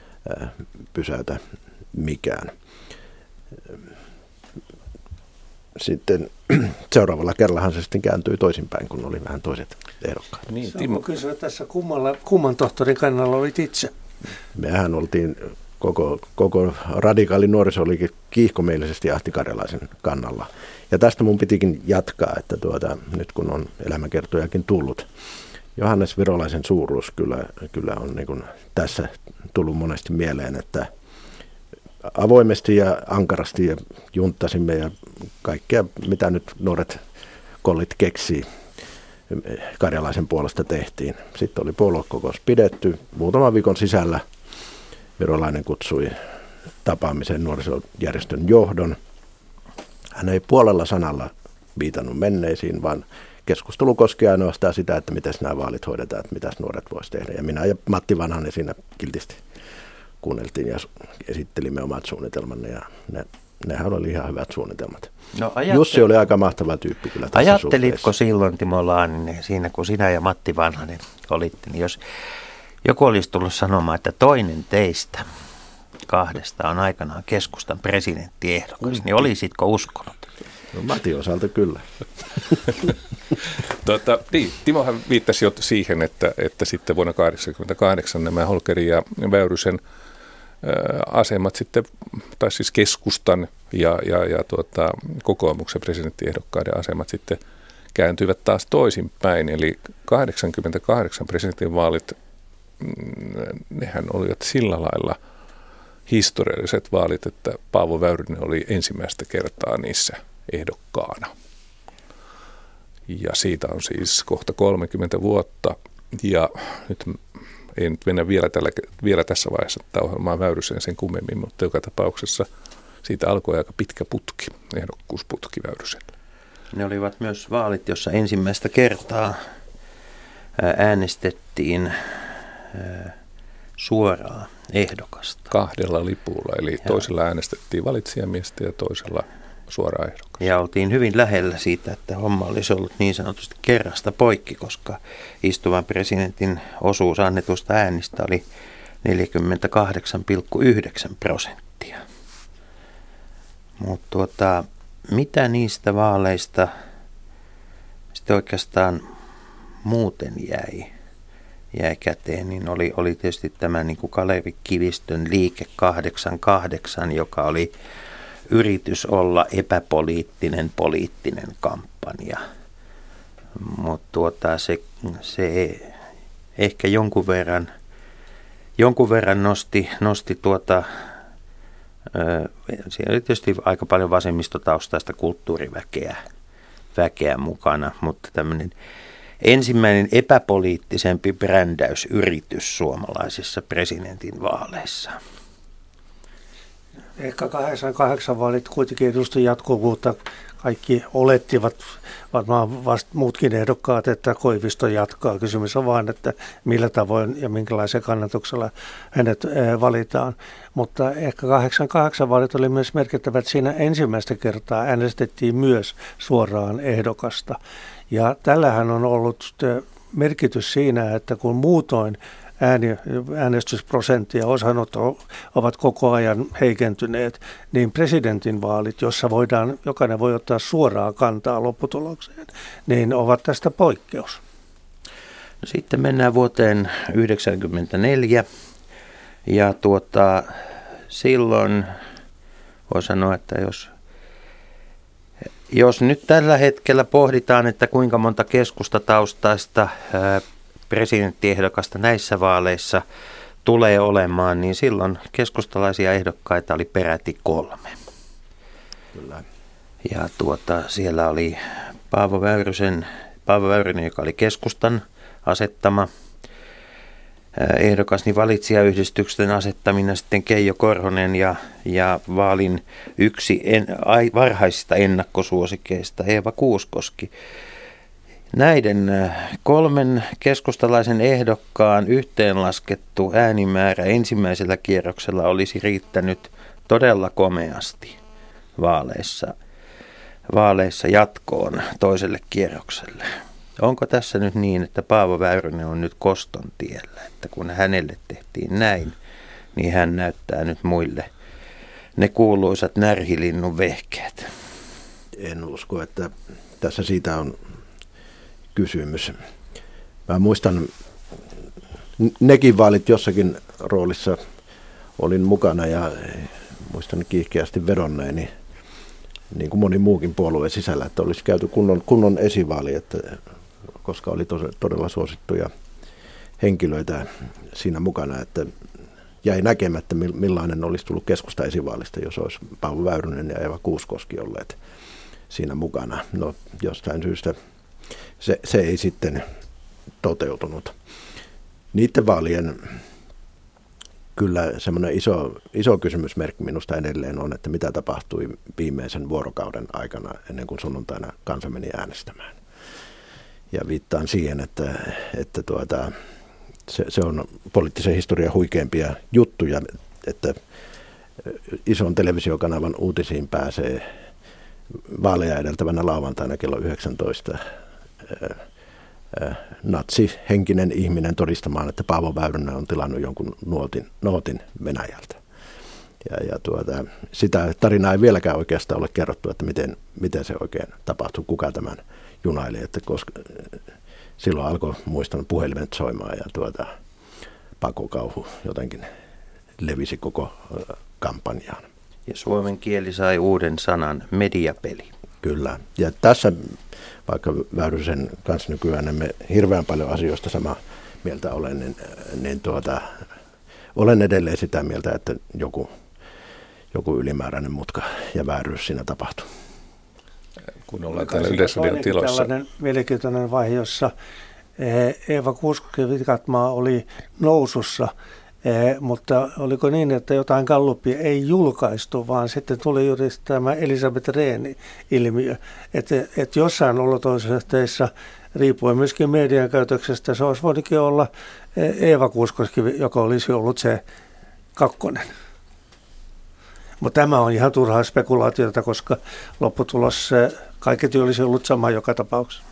pysäytä mikään. sitten seuraavalla kerrallahan se sitten kääntyi toisinpäin, kun oli vähän toiset ehdokkaat. Niin, Timo kysyä tässä, kummalla, kumman tohtorin kannalla olit itse? Mehän oltiin, koko, koko radikaali nuoriso olikin kiihkomielisesti Ahti Karjalaisen kannalla. Ja tästä mun pitikin jatkaa, että tuota, nyt kun on elämäkertojakin tullut, Johannes Virolaisen suuruus kyllä, kyllä on niin kuin tässä tullut monesti mieleen, että avoimesti ja ankarasti ja junttasimme ja kaikkea, mitä nyt nuoret kollit keksii, Karjalaisen puolesta tehtiin. Sitten oli puoluekokous pidetty. Muutaman viikon sisällä Virolainen kutsui tapaamiseen nuorisojärjestön johdon. Hän ei puolella sanalla viitannut menneisiin, vaan keskustelu koski ainoastaan sitä, että miten nämä vaalit hoidetaan, että mitä nuoret voisi tehdä. Ja minä ja Matti Vanhanen siinä kiltisti kuunneltiin ja esittelimme omat suunnitelmanne ja ne, nehän oli ihan hyvät suunnitelmat. No, ajatteli... Jussi oli aika mahtava tyyppi kyllä tässä Ajattelitko suhteessa. Silloin, Timo Laaninen, siinä kun sinä ja Matti Vanhanen olitte, niin jos joku olisi tullut sanomaan, että toinen teistä kahdesta on aikanaan keskustan presidenttiehdokas, mm. niin olisitko uskonut? No Matti osalta kyllä. Tuota, niin, Timohan viittasi jo siihen, että, että sitten vuonna tuhatyhdeksänsataakahdeksankymmentäkahdeksan nämä Holkerin ja Väyrysen ää, asemat sitten, tai siis keskustan ja, ja, ja tuota, kokoomuksen presidenttiehdokkaiden asemat sitten kääntyivät taas toisinpäin. Eli kahdeksankymmentäkahdeksan presidentinvaalit, nehän olivat sillä lailla historialliset vaalit, että Paavo Väyrynen oli ensimmäistä kertaa niissä ehdokkaana. Ja siitä on siis kohta kolmekymmentä vuotta, ja nyt ei nyt mennä vielä, tällä, vielä tässä vaiheessa tätä ohjelmaa Väyryseen sen kummemmin, mutta joka tapauksessa siitä alkoi aika pitkä putki, ehdokkuusputki Väyryselle. Ne olivat myös vaalit, jossa ensimmäistä kertaa äänestettiin suoraa ehdokasta. Kahdella lipulla, eli ja toisella äänestettiin valitsijamiestä ja toisella suoraan ehdokasta. Ja oltiin hyvin lähellä siitä, että homma olisi ollut niin sanotusti kerrasta poikki, koska istuvan presidentin osuus annetusta äänistä oli neljäkymmentäkahdeksan pilkku yhdeksän prosenttia. Mutta tuota, mitä niistä vaaleista sitten oikeastaan muuten jäi, jäi käteen, niin oli, oli tietysti tämä niin kuin Kalevi Kivistön liike kahdeksankymmentäkahdeksan, joka oli yritys olla epäpoliittinen poliittinen kampanja. Mutta tuota, se, se ehkä jonkun verran, jonkun verran nosti, nosti tuota, ö, siellä oli tietysti aika paljon vasemmistotaustaista kulttuuriväkeä väkeä mukana, mutta tämmöinen ensimmäinen epäpoliittisempi brändäysyritys suomalaisissa presidentinvaaleissa. Ehkä kahdeksankymmentäkahdeksan vaalit kuitenkin edusti jatkuvuutta. Kaikki olettivat, varmaan vasta muutkin ehdokkaat, että Koivisto jatkaa. Kysymys on vain, että millä tavoin ja minkälaisen kannatuksella hänet valitaan. Mutta ehkä kahdeksankymmentäkahdeksan vaalit oli myös merkittävät. Siinä ensimmäistä kertaa äänestettiin myös suoraan ehdokasta. Ja tällähän on ollut merkitys siinä, että kun muutoin ääni, äänestysprosentti ja osanotto ovat koko ajan heikentyneet, niin presidentinvaalit, jossa voidaan, jokainen voi ottaa suoraan kantaa lopputulokseen, niin ovat tästä poikkeus. No sitten mennään vuoteen yhdeksänkymmentäneljä ja tuota, silloin voi sanoa, että jos Jos nyt tällä hetkellä pohditaan, että kuinka monta keskustataustaista presidenttiehdokasta näissä vaaleissa tulee olemaan, niin silloin keskustalaisia ehdokkaita oli peräti kolme. Kyllä. Ja tuota, siellä oli Paavo Väyrysen, Paavo Väyrynen, joka oli keskustan asettama ehdokas, niin valitsijayhdistyksen asettamina sitten Keijo Korhonen ja, ja vaalin yksi en, ai, varhaisista ennakkosuosikeista Eeva Kuuskoski. Näiden kolmen keskustalaisen ehdokkaan yhteenlaskettu äänimäärä ensimmäisellä kierroksella olisi riittänyt todella komeasti vaaleissa, vaaleissa jatkoon toiselle kierrokselle. Onko tässä nyt niin, että Paavo Väyrynen on nyt koston tiellä, että kun hänelle tehtiin näin, niin hän näyttää nyt muille ne kuuluisat närhilinnun vehkeet? En usko, että tässä siitä on kysymys. Mä muistan, nekin vaalit jossakin roolissa olin mukana ja muistan kiihkeästi vedonneeni, niin kuin moni muukin puolueen sisällä, että olisi käyty kunnon, kunnon esivaali, että, koska oli tos, todella suosittuja henkilöitä siinä mukana, että jäi näkemättä, millainen olisi tullut keskusta esivaalista, jos olisi Paavo Väyrynen ja Eeva Kuuskoski olleet siinä mukana. No jostain syystä se, se ei sitten toteutunut. Niiden vaalien kyllä semmoinen iso, iso kysymysmerkki minusta edelleen on, että mitä tapahtui viimeisen vuorokauden aikana ennen kuin sunnuntaina kansa meni äänestämään. Ja viittaan siihen, että, että tuota, se, se on poliittisen historian huikeimpia juttuja, että ison televisiokanavan uutisiin pääsee vaaleja edeltävänä lauantaina kello yhdeksäntoista natsihenkinen ihminen todistamaan, että Paavo Väyrynen on tilannut jonkun nuotin, nootin Venäjältä. Ja, ja tuota, sitä tarinaa ei vieläkään oikeastaan ole kerrottu, että miten, miten se oikein tapahtui, kuka tämän junaili, että koska silloin alkoi muistan puhelimet soimaan ja tuota, pakokauhu jotenkin levisi koko kampanjaan. Ja suomen kieli sai uuden sanan, mediapeli. Kyllä. Ja tässä, vaikka Väyrysen kanssa nykyään me hirveän paljon asioista samaa mieltä olen, niin, niin tuota, olen edelleen sitä mieltä, että joku, joku ylimääräinen mutka ja vääryys siinä tapahtuu. Kun ollaan täällä Yleisradion tiloissa. Tällainen mielenkiintoinen vaihe, jossa Eeva Kuuskoski Vikatmaa oli nousussa, mutta oliko niin, että jotain gallupia ei julkaistu, vaan sitten tuli juuri tämä Elisabeth Rehn-ilmiö, että, että jossain olosuhteissa, riippuen myöskin median käytöksestä, se olisi voinutkin olla Eeva Kuuskoski, joka olisi ollut se kakkonen. Mutta tämä on ihan turhaa spekulaatiota, koska lopputulos kaiketi olisi ollut sama joka tapauksessa.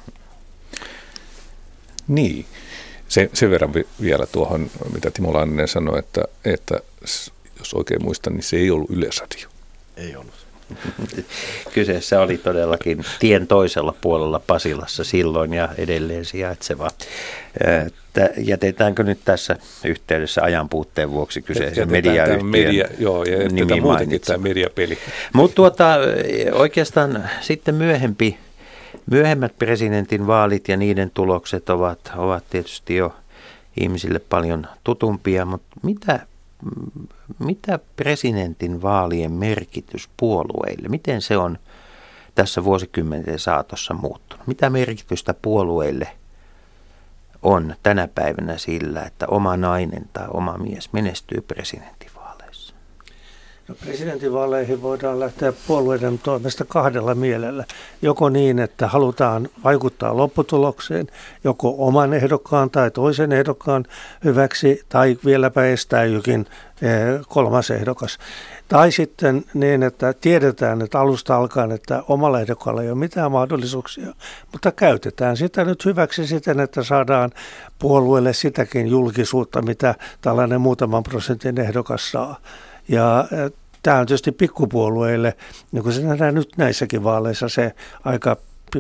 Niin. Sen, sen verran vielä tuohon, mitä Timo Laaninen sanoi, että, että jos oikein muistan, niin se ei ollut Yleisradio. Ei ollut. Kyseessä oli todellakin tien toisella puolella Pasilassa silloin ja edelleen sijaitseva. Jätetäänkö nyt tässä yhteydessä ajan puutteen vuoksi kyseisen mediayhtiön media, joo, ja nimi muutenkin tämä mediapeli. Mutta tuota, oikeastaan sitten myöhempi, myöhemmät presidentin vaalit ja niiden tulokset ovat, ovat tietysti jo ihmisille paljon tutumpia, mutta mitä, mitä presidentin vaalien merkitys puolueille, miten se on tässä vuosikymmenten saatossa muuttunut? Mitä merkitystä puolueille on tänä päivänä sillä, että oma nainen tai oma mies menestyy presidentinvaaleissa? No, presidentinvaaleihin voidaan lähteä puolueiden toimesta kahdella mielellä. Joko niin, että halutaan vaikuttaa lopputulokseen, joko oman ehdokkaan tai toisen ehdokkaan hyväksi, tai vieläpä estää jokin kolmas ehdokas. Tai sitten niin, että tiedetään, että alusta alkaen, että omalla ehdokkaalla ei ole mitään mahdollisuuksia, mutta käytetään sitä nyt hyväksi siten, että saadaan puolueelle sitäkin julkisuutta, mitä tällainen muutaman prosentin ehdokas saa. Ja tämä on tietysti pikkupuolueille, niin kuin se nähdään nyt näissäkin vaaleissa, se aika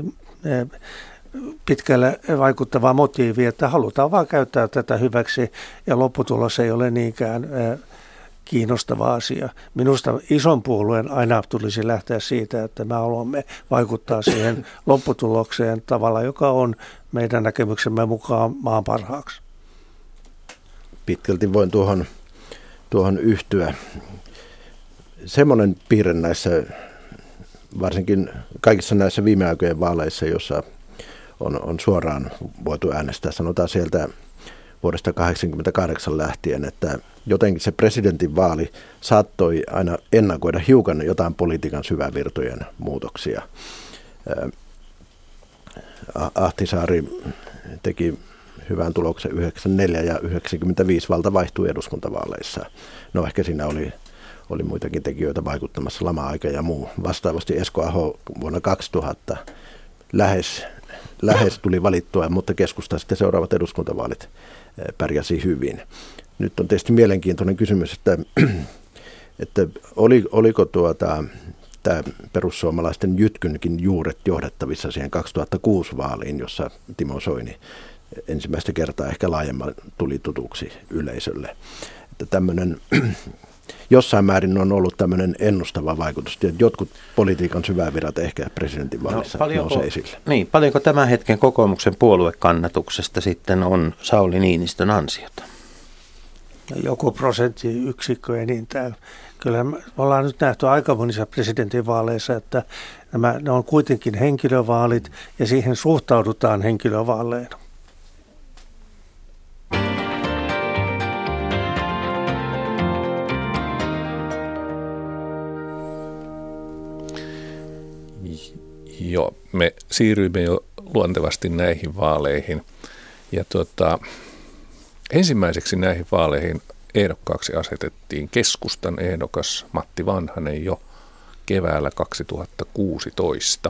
pitkälle vaikuttava motiivi, että halutaan vaan käyttää tätä hyväksi ja lopputulos ei ole niinkään kiinnostava asia. Minusta ison puolueen aina tulisi lähteä siitä, että me haluamme vaikuttaa siihen lopputulokseen tavalla, joka on meidän näkemyksemme mukaan maan parhaaksi. Pitkälti voin tuohon, tuohon yhtyä. Semmoinen piirre näissä, varsinkin kaikissa näissä viime aikojen vaaleissa, jossa on, on suoraan voitu äänestää, sanotaan sieltä vuodesta kahdeksankymmentäkahdeksan lähtien, että jotenkin se presidentin vaali saattoi aina ennakoida hiukan jotain politiikan syvävirtojen muutoksia. Ahtisaari teki hyvän tuloksen yhdeksänkymmentäneljä ja yhdeksänkymmentäviisi valta vaihtui eduskuntavaaleissa. No ehkä siinä oli, oli muitakin tekijöitä vaikuttamassa, lama-aika ja muu. Vastaavasti Esko Aho vuonna kaksituhatta lähes, lähes tuli valittua, mutta keskusta sitten seuraavat eduskuntavaalit pärjäsi hyvin. Nyt on tietysti mielenkiintoinen kysymys, että, että oli, oliko tuota tämä perussuomalaisten jytkynkin juuret johdettavissa siihen kaksituhattakuusi vaaliin, jossa Timo Soini ensimmäistä kertaa ehkä laajemmin tuli tutuksi yleisölle. Että tämmöinen, jossain määrin on ollut tämmöinen ennustava vaikutus. Jotkut politiikan syvävirat ehkä presidentinvaalissa no, nousee esille. Niin, paljonko tämän hetken kokoomuksen puoluekannatuksesta sitten on Sauli Niinistön ansiota? Joku prosenttiyksikkö enintään. Kyllä me ollaan nyt nähty aika monissa presidentinvaaleissa, että nämä, ne on kuitenkin henkilövaalit ja siihen suhtaudutaan henkilövaaleina. Joo, me siirryimme jo luontevasti näihin vaaleihin. Ja tuota, ensimmäiseksi näihin vaaleihin ehdokkaaksi asetettiin keskustan ehdokas Matti Vanhanen jo keväällä kaksituhattakuusitoista.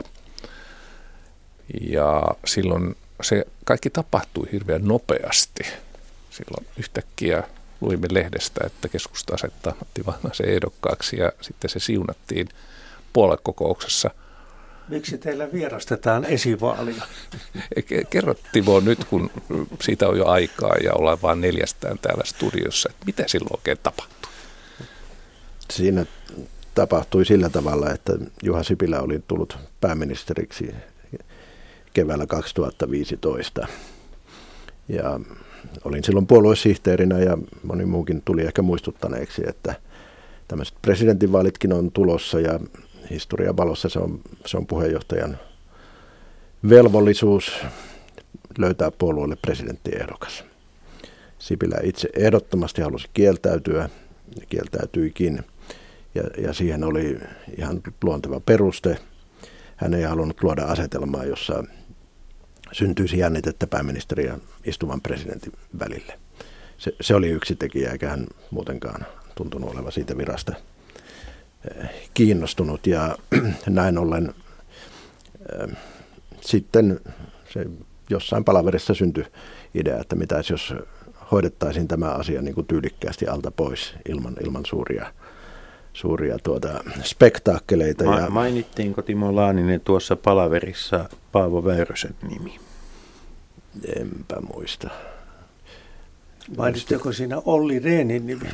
Ja silloin se kaikki tapahtui hirveän nopeasti. Silloin yhtäkkiä luimme lehdestä, että keskusta asettaa Matti Vanhasen ehdokkaaksi ja sitten se siunattiin puoluekokouksessa. Miksi teillä vierastetaan esivaalia? Kerro Timo nyt, kun siitä on jo aikaa ja ollaan vain neljästään täällä studiossa, että mitä silloin oikein tapahtui? Siinä tapahtui sillä tavalla, että Juha Sipilä oli tullut pääministeriksi keväällä kaksituhattaviisitoista. Ja olin silloin puoluesihteerinä ja moni muukin tuli ehkä muistuttaneeksi, että tämmöiset presidentinvaalitkin on tulossa ja historian valossa se on, se on puheenjohtajan velvollisuus löytää puolueelle presidenttiehdokas. Sipilä itse ehdottomasti halusi kieltäytyä ja kieltäytyikin ja, ja siihen oli ihan luonteva peruste. Hän ei halunnut luoda asetelmaa, jossa syntyisi jännitettä pääministerin ja istuvan presidentin välille. Se, se oli yksi tekijä, eikä hän muutenkaan tuntunut olevan siitä virasta kiinnostunut ja näin ollen äh, sitten se jossain palaverissa syntyi idea, että mitäs jos hoidettaisiin tämä asia niin kuin tyylikkäästi alta pois ilman, ilman suuria, suuria tuota, spektaakkeleita. Ma- ja mainittiinko Timo Laaninen tuossa palaverissa Paavo Väyrysen nimi? Enpä muista. Mainitteko siinä Olli Rehnin nimi?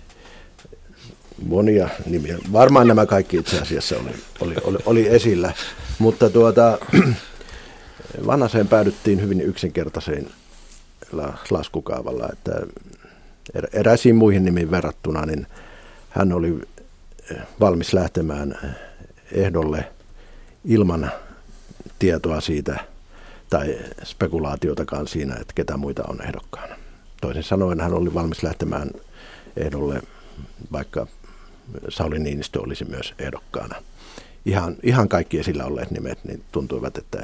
Monia nimiä. Varmaan nämä kaikki itse asiassa oli, oli, oli, oli esillä, mutta tuota, Vanhaseen päädyttiin hyvin yksinkertaiseen laskukaavalla, että eräisiin muihin nimiin verrattuna niin hän oli valmis lähtemään ehdolle ilman tietoa siitä tai spekulaatiotakaan siinä, että ketä muita on ehdokkaana. Toisin sanoen hän oli valmis lähtemään ehdolle, vaikka Sauli Niinistö olisi myös ehdokkaana. Ihan, ihan kaikki esillä olleet nimet niin tuntuivat, että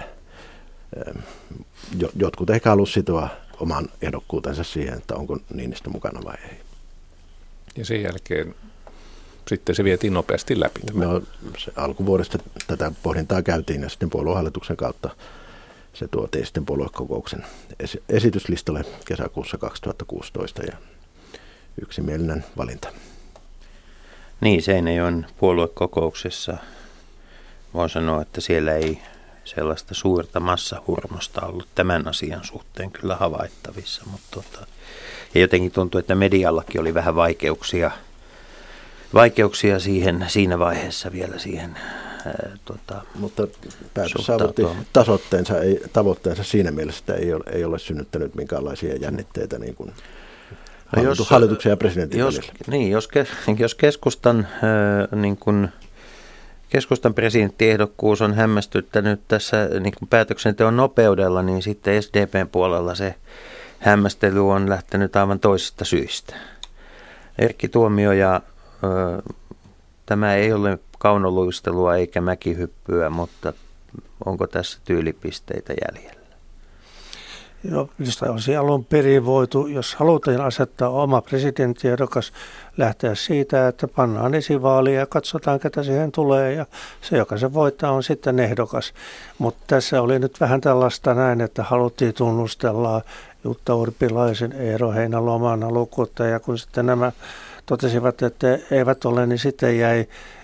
jotkut ehkä halusivat sitoa oman ehdokkuutensa siihen, että onko Niinistö mukana vai ei. Ja sen jälkeen sitten se vietiin nopeasti läpi. No, se alkuvuodesta tätä pohdintaa käytiin ja sitten puoluehallituksen kautta se tuotiin sitten puoluekokouksen esityslistalle kesäkuussa kaksituhattakuusitoista ja yksimielinen valinta. Niin, Seinäjoen puoluekokouksessa voin sanoa, että siellä ei sellaista suurta massahurmosta ollut tämän asian suhteen kyllä havaittavissa, mutta tota, ja jotenkin tuntuu, että mediallakin oli vähän vaikeuksia, vaikeuksia siihen, siinä vaiheessa vielä siihen. Ää, tota, mutta päätös saavutti tasoitteensa, ei, tavoitteensa siinä mielessä, että ei ole, ei ole synnyttänyt minkäänlaisia jännitteitä niin kuin hallitu, jos, hallituksen ja presidentin jos, välillä. Niin, jos, jos keskustan, ää, niin kuin, keskustan presidenttiehdokkuus on hämmästyttänyt tässä niin kuin päätöksenteon nopeudella, niin sitten S D P:n puolella se hämmästely on lähtenyt aivan toisista syistä. Erkki Tuomioja, ää, tämä ei ole kaunoluistelua eikä mäkihyppyä, mutta onko tässä tyylipisteitä jäljellä? Joo, minusta olisi alun perin voitu, jos halutaan asettaa oma presidenttiehdokas, lähteä siitä, että pannaan esivaali ja katsotaan, ketä siihen tulee ja se, joka se voittaa, on sitten ehdokas. Mutta tässä oli nyt vähän tällaista näin, että haluttiin tunnustella Jutta Urpilaisen, Eero Heinäluoman halukkuutta ja kun sitten nämä totesivat, että eivät ole, niin sitten jäi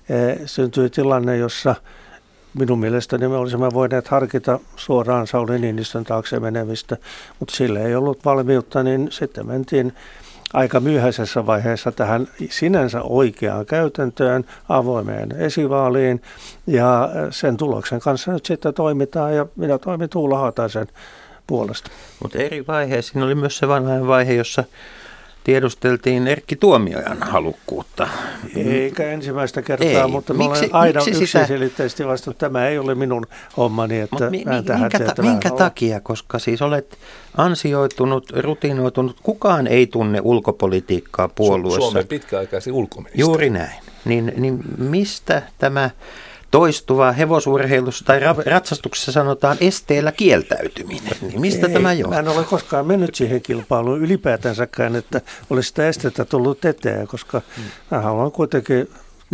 syntyi tilanne, jossa minun mielestäni me olisimme voineet harkita suoraan Sauli Niinistön taakse menemistä, mutta sillä ei ollut valmiutta, niin sitten mentiin aika myöhäisessä vaiheessa tähän sinänsä oikeaan käytäntöön, avoimeen esivaaliin, ja sen tuloksen kanssa nyt sitten toimitaan, ja minä toimin Tuula Haataisen puolesta. Mutta eri vaiheessa siinä oli myös se vanha vaihe, jossa tiedusteltiin Erkki Tuomiojan halukkuutta. Eikä ensimmäistä kertaa, ei. mutta miksi, mä olen aina yksiselitteisesti vastannut, tämä ei ole minun hommani, että mi, mi, tähän minkä, ta, minkä takia, koska siis olet ansioitunut, rutinoitunut, kukaan ei tunne ulkopolitiikkaa puolueessa. Suomen pitkäaikaisen ulkoministeri. Juuri näin. Niin, niin mistä tämä toistuva hevosurheilussa tai ratsastuksessa sanotaan esteellä kieltäytyminen? Niin mistä ei, tämä johtuu? Mä en ole koskaan mennyt siihen kilpailuun ylipäätänsäkään, että olisi sitä estettä tullut eteen, koska hmm. mä haluan kuitenkin,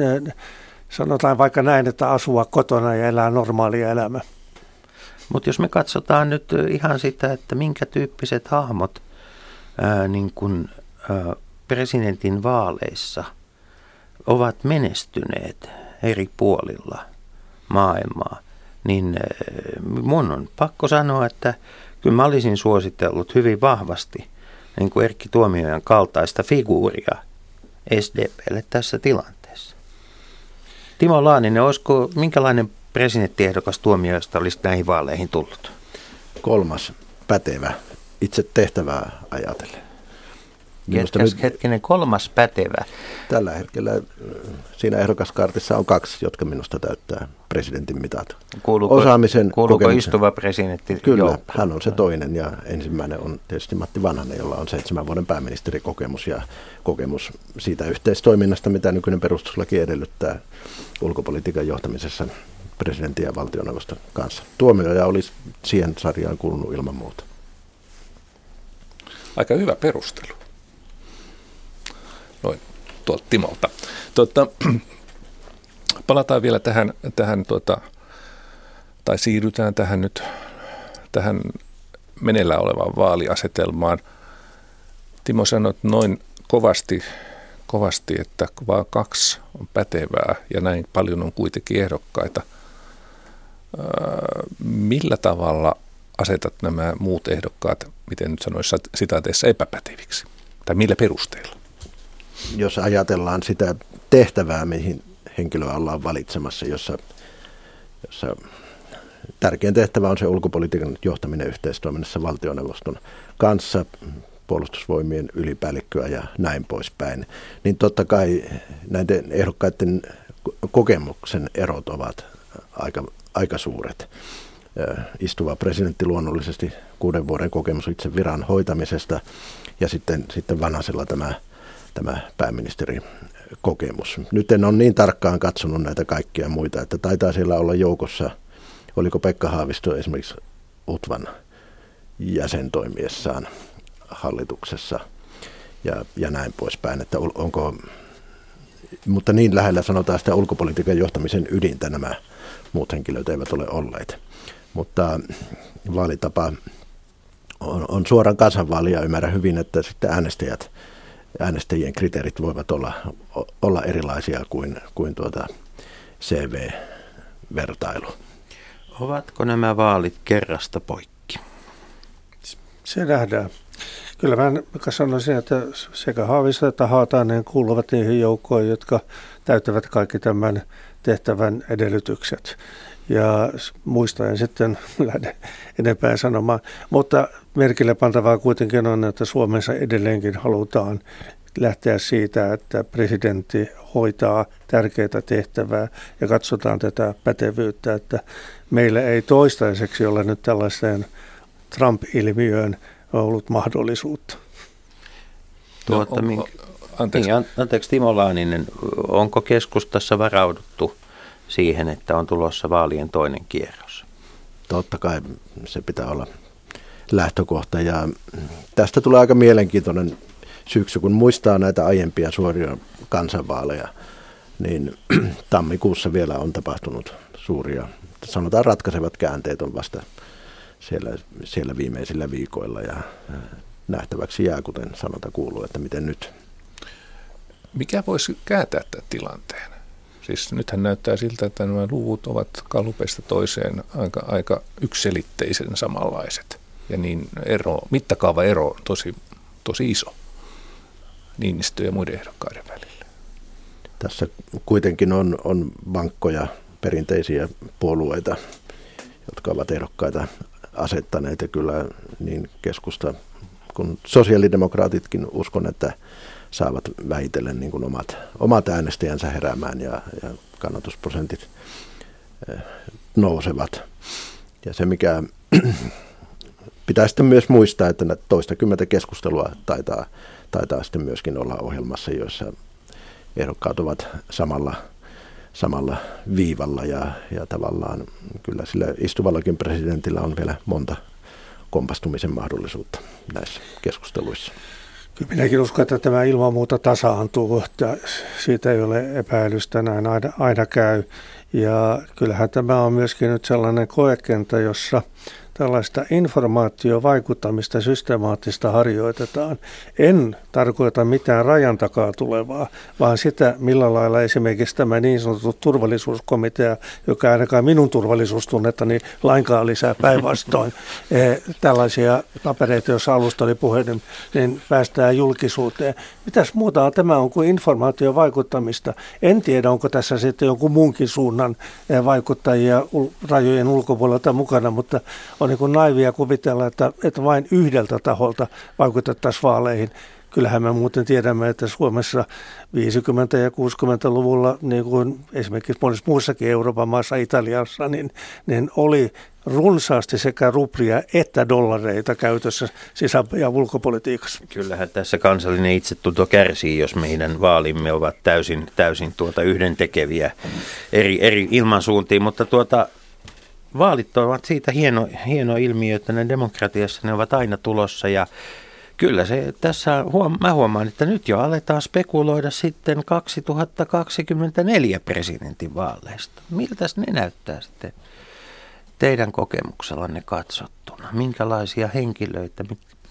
sanotaan vaikka näin, että asua kotona ja elää normaalia elämää. Mutta jos me katsotaan nyt ihan sitä, että minkä tyyppiset hahmot ää, niin kun, ää, presidentin vaaleissa ovat menestyneet eri puolilla maailmaa, niin mun on pakko sanoa, että kyllä mä olisin suositellut hyvin vahvasti niin kuin Erkki Tuomiojan kaltaista figuuria S D P:lle tässä tilanteessa. Timo Laaninen, olisiko minkälainen presidenttiehdokas Tuomioista olisi näihin vaaleihin tullut? Kolmas pätevä, itse tehtävää ajatellen. Ketkäs hetkinen kolmas pätevä? Tällä hetkellä siinä ehdokaskartissa on kaksi, jotka minusta täyttää presidentin mitat. Kuuluuko, Osaamisen, kuuluuko kokemuksen. Istuva presidentti? Kyllä, Joo. hän on se toinen ja ensimmäinen on tietysti Matti Vanhanen, jolla on seitsemän vuoden pääministerikokemus ja kokemus siitä yhteistoiminnasta, mitä nykyinen perustuslaki edellyttää ulkopolitiikan johtamisessa presidentin ja valtioneuvoston kanssa. Tuomioja olisi siihen sarjaan kuulunut ilman muuta. Aika hyvä perustelu. Noin tuolta Timolta. Tuota, palataan vielä tähän, tähän tuota, tai siirrytään tähän nyt tähän meneillään olevaan vaaliasetelmaan. Timo sanoi noin kovasti, kovasti, että vain kaksi on pätevää ja näin paljon on kuitenkin ehdokkaita. Öö, millä tavalla asetat nämä muut ehdokkaat, miten nyt sanoisi sitaateissa, epäpäteviksi? Tai millä perusteella? Jos ajatellaan sitä tehtävää, mihin henkilöä ollaan valitsemassa, jossa, jossa tärkein tehtävä on se ulkopolitiikan johtaminen yhteistoiminnassa valtioneuvoston kanssa, puolustusvoimien ylipäällikköä ja näin poispäin, niin totta kai näiden ehdokkaiden kokemuksen erot ovat aika, aika suuret. Istuva presidentti luonnollisesti kuuden vuoden kokemus itse viran hoitamisesta ja sitten, sitten Vanhasella tämä tämä pääministerikokemus. Nyt en ole niin tarkkaan katsonut näitä kaikkia muita, että taitaa siellä olla joukossa, oliko Pekka Haavisto esimerkiksi UTVAn jäsentoimiessaan hallituksessa ja, ja näin poispäin, että onko, mutta niin lähellä sanotaan sitä ulkopolitiikan johtamisen ydintä nämä muut henkilöt eivät ole olleet. Mutta vaalitapa on, on suoran kansanvaali ja ymmärrän hyvin, että sitten äänestäjät äänestäjien kriteerit voivat olla, olla erilaisia kuin, kuin tuota C V-vertailu. Ovatko nämä vaalit kerrasta poikki? Se nähdään. Kyllä mä sanoisin, että sekä Haavisto että Haatainen kuuluvat niihin joukkoihin, jotka täyttävät kaikki tämän tehtävän edellytykset. Ja muistaen sitten lähden enempää sanomaan. Mutta merkille pantavaa kuitenkin on, että Suomessa edelleenkin halutaan lähteä siitä, että presidentti hoitaa tärkeää tehtävää ja katsotaan tätä pätevyyttä, että meillä ei toistaiseksi ole nyt tällaiseen Trump-ilmiöön ollut mahdollisuutta. Tuota, no, onko, anteeksi. Niin, anteeksi Timo Laaninen, onko keskustassa varauduttu siihen, että on tulossa vaalien toinen kierros? Totta kai se pitää olla lähtökohta ja tästä tulee aika mielenkiintoinen syksy, kun muistaa näitä aiempia suoria kansanvaaleja, niin tammikuussa vielä on tapahtunut suuria, sanotaan ratkaisevat käänteet on vasta siellä, siellä viimeisillä viikoilla ja nähtäväksi jää, kuten sanota kuuluu, että miten nyt. Mikä voisi kääntää tämän tilanteen? Siis nythän näyttää siltä, että nämä luvut ovat gallupista toiseen aika, aika yksiselitteisen samanlaiset. Ja niin ero, mittakaava ero on tosi, tosi iso Niinistön ja muiden ehdokkaiden välillä. Tässä kuitenkin on, on vankkoja perinteisiä puolueita, jotka ovat ehdokkaita asettaneet. Ja kyllä niin keskusta kuin sosiaalidemokraatitkin uskon, että saavat vähitellen niin kuin omat, omat äänestäjänsä heräämään ja, ja kannatusprosentit nousevat. Ja se, mikä pitää sitten myös muistaa, että toistakymmentä keskustelua taitaa, taitaa sitten myöskin olla ohjelmassa, joissa ehdokkaat ovat samalla, samalla viivalla ja, ja tavallaan kyllä sillä istuvallakin presidentillä on vielä monta kompastumisen mahdollisuutta näissä keskusteluissa. Kyllä minäkin uskon, että tämä ilman muuta tasaantuu, että siitä ei ole epäilystä, näin aina, aina käy. Ja kyllähän tämä on myöskin nyt sellainen koekenttä, jossa tällaista informaatiovaikuttamista systemaattista harjoitetaan. En tarkoita mitään rajan takaa tulevaa, vaan sitä, millä lailla esimerkiksi tämä niin sanottu turvallisuuskomitea, joka ainakaan minun turvallisuustunnettani lainkaan lisää päinvastoin, tällaisia papereita, joissa alusta oli puhe, niin päästään julkisuuteen. Mitäs muuta on tämä on kuin informaatiovaikuttamista? En tiedä, onko tässä sitten jonkun muunkin suunnan vaikuttajia rajojen ulkopuolelta mukana, mutta on niin kuin naivia kuvitella, että, että vain yhdeltä taholta vaikutettaisiin vaaleihin. Kyllähän me muuten tiedämme, että Suomessa viisikymmentä- ja kuusikymmentäluvulla, niin kuin esimerkiksi monessa muussakin Euroopan maassa, Italiassa, niin, niin oli runsaasti sekä ruplia että dollareita käytössä sisä- ja ulkopolitiikassa. Kyllähän tässä kansallinen itsetunto kärsii, jos meidän vaalimme ovat täysin, täysin tuota yhdentekeviä eri, eri ilmansuuntiin, mutta tuota... Vaalit ovat siitä hieno, hieno ilmiö, että ne demokratiassa ne ovat aina tulossa ja kyllä se tässä, huom- mä huomaan, että nyt jo aletaan spekuloida sitten kaksituhattakaksikymmentäneljä presidentin vaaleista. Miltä ne näyttää sitten teidän kokemuksellanne katsottuna? Minkälaisia henkilöitä?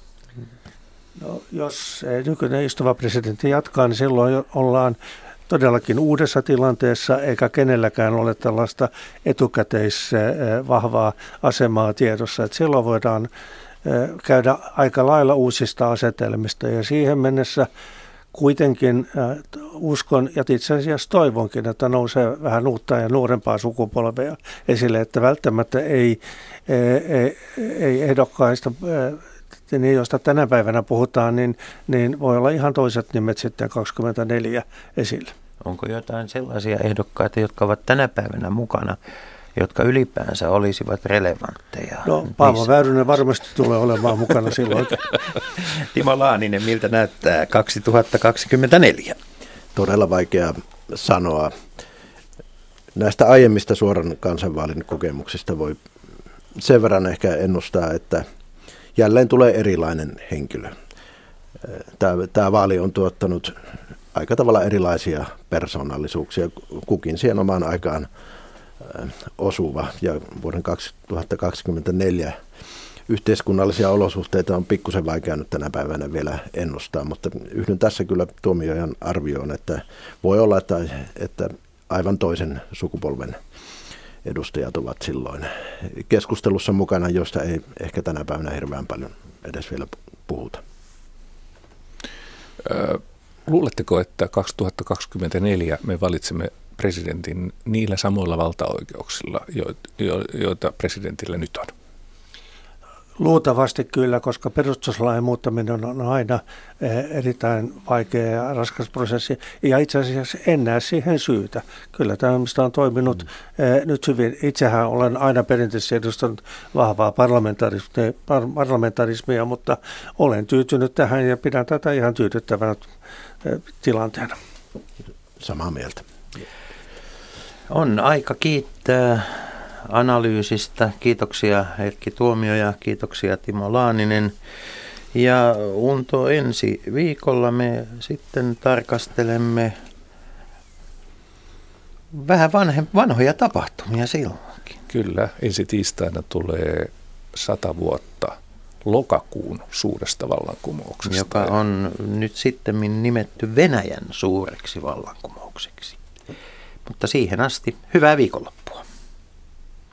No, jos nykyinen istuva presidentti jatkaa, niin silloin ollaan todellakin uudessa tilanteessa, eikä kenelläkään ole tällaista etukäteis vahvaa asemaa tiedossa. Että silloin voidaan käydä aika lailla uusista asetelmista ja siihen mennessä kuitenkin uskon ja itse asiassa toivonkin, että nousee vähän uutta ja nuorempaa sukupolvea esille, että välttämättä ei, ei, ei ehdokkaista, niin josta tänä päivänä puhutaan, niin, niin voi olla ihan toiset nimet sitten kaksikymmentäneljä esillä. Onko jotain sellaisia ehdokkaita, jotka ovat tänä päivänä mukana, jotka ylipäänsä olisivat relevantteja? No, Paavo Väyrynen varmasti tulee olemaan mukana silloin. Timo Laaninen, miltä näyttää kaksituhattakaksikymmentäneljä? Todella vaikea sanoa. Näistä aiemmista suoran kansanvaalin kokemuksista voi sen verran ehkä ennustaa, että jälleen tulee erilainen henkilö. Tämä, tämä vaali on tuottanut aika tavalla erilaisia persoonallisuuksia, kukin siihen omaan aikaan osuva. Ja vuoden kaksituhattakaksikymmentäneljä yhteiskunnallisia olosuhteita on pikkusen vaikea nyt tänä päivänä vielä ennustaa, mutta yhdyn tässä kyllä Tuomiojan arvioon, että voi olla, että, että aivan toisen sukupolven edustajat ovat silloin keskustelussa mukana, josta ei ehkä tänä päivänä hirveän paljon edes vielä puhuta. Luuletteko, että kaksituhattakaksikymmentäneljä me valitsemme presidentin niillä samoilla valtaoikeuksilla, joita presidentillä nyt on? Luultavasti kyllä, koska perustuslain muuttaminen on aina erittäin vaikea ja raskas prosessi. Ja itse asiassa en näe siihen syytä. Kyllä tämä on toiminut mm. nyt hyvin. Itsehän olen aina perinteisesti edustanut vahvaa parlamentarismia, parlamentarismia, mutta olen tyytynyt tähän ja pidän tätä ihan tyydyttävänä tilanteena. Samaa mieltä. On aika kiittää analyysistä. Kiitoksia Erkki Tuomioja, kiitoksia Timo Laaninen. Ja Unto, ensi viikolla me sitten tarkastelemme vähän vanhe, vanhoja tapahtumia silloinkin. Kyllä, ensi tiistaina tulee sata vuotta lokakuun suuresta vallankumouksesta. Joka on nyt sitten nimetty Venäjän suureksi vallankumoukseksi. Mutta siihen asti hyvää viikonloppua.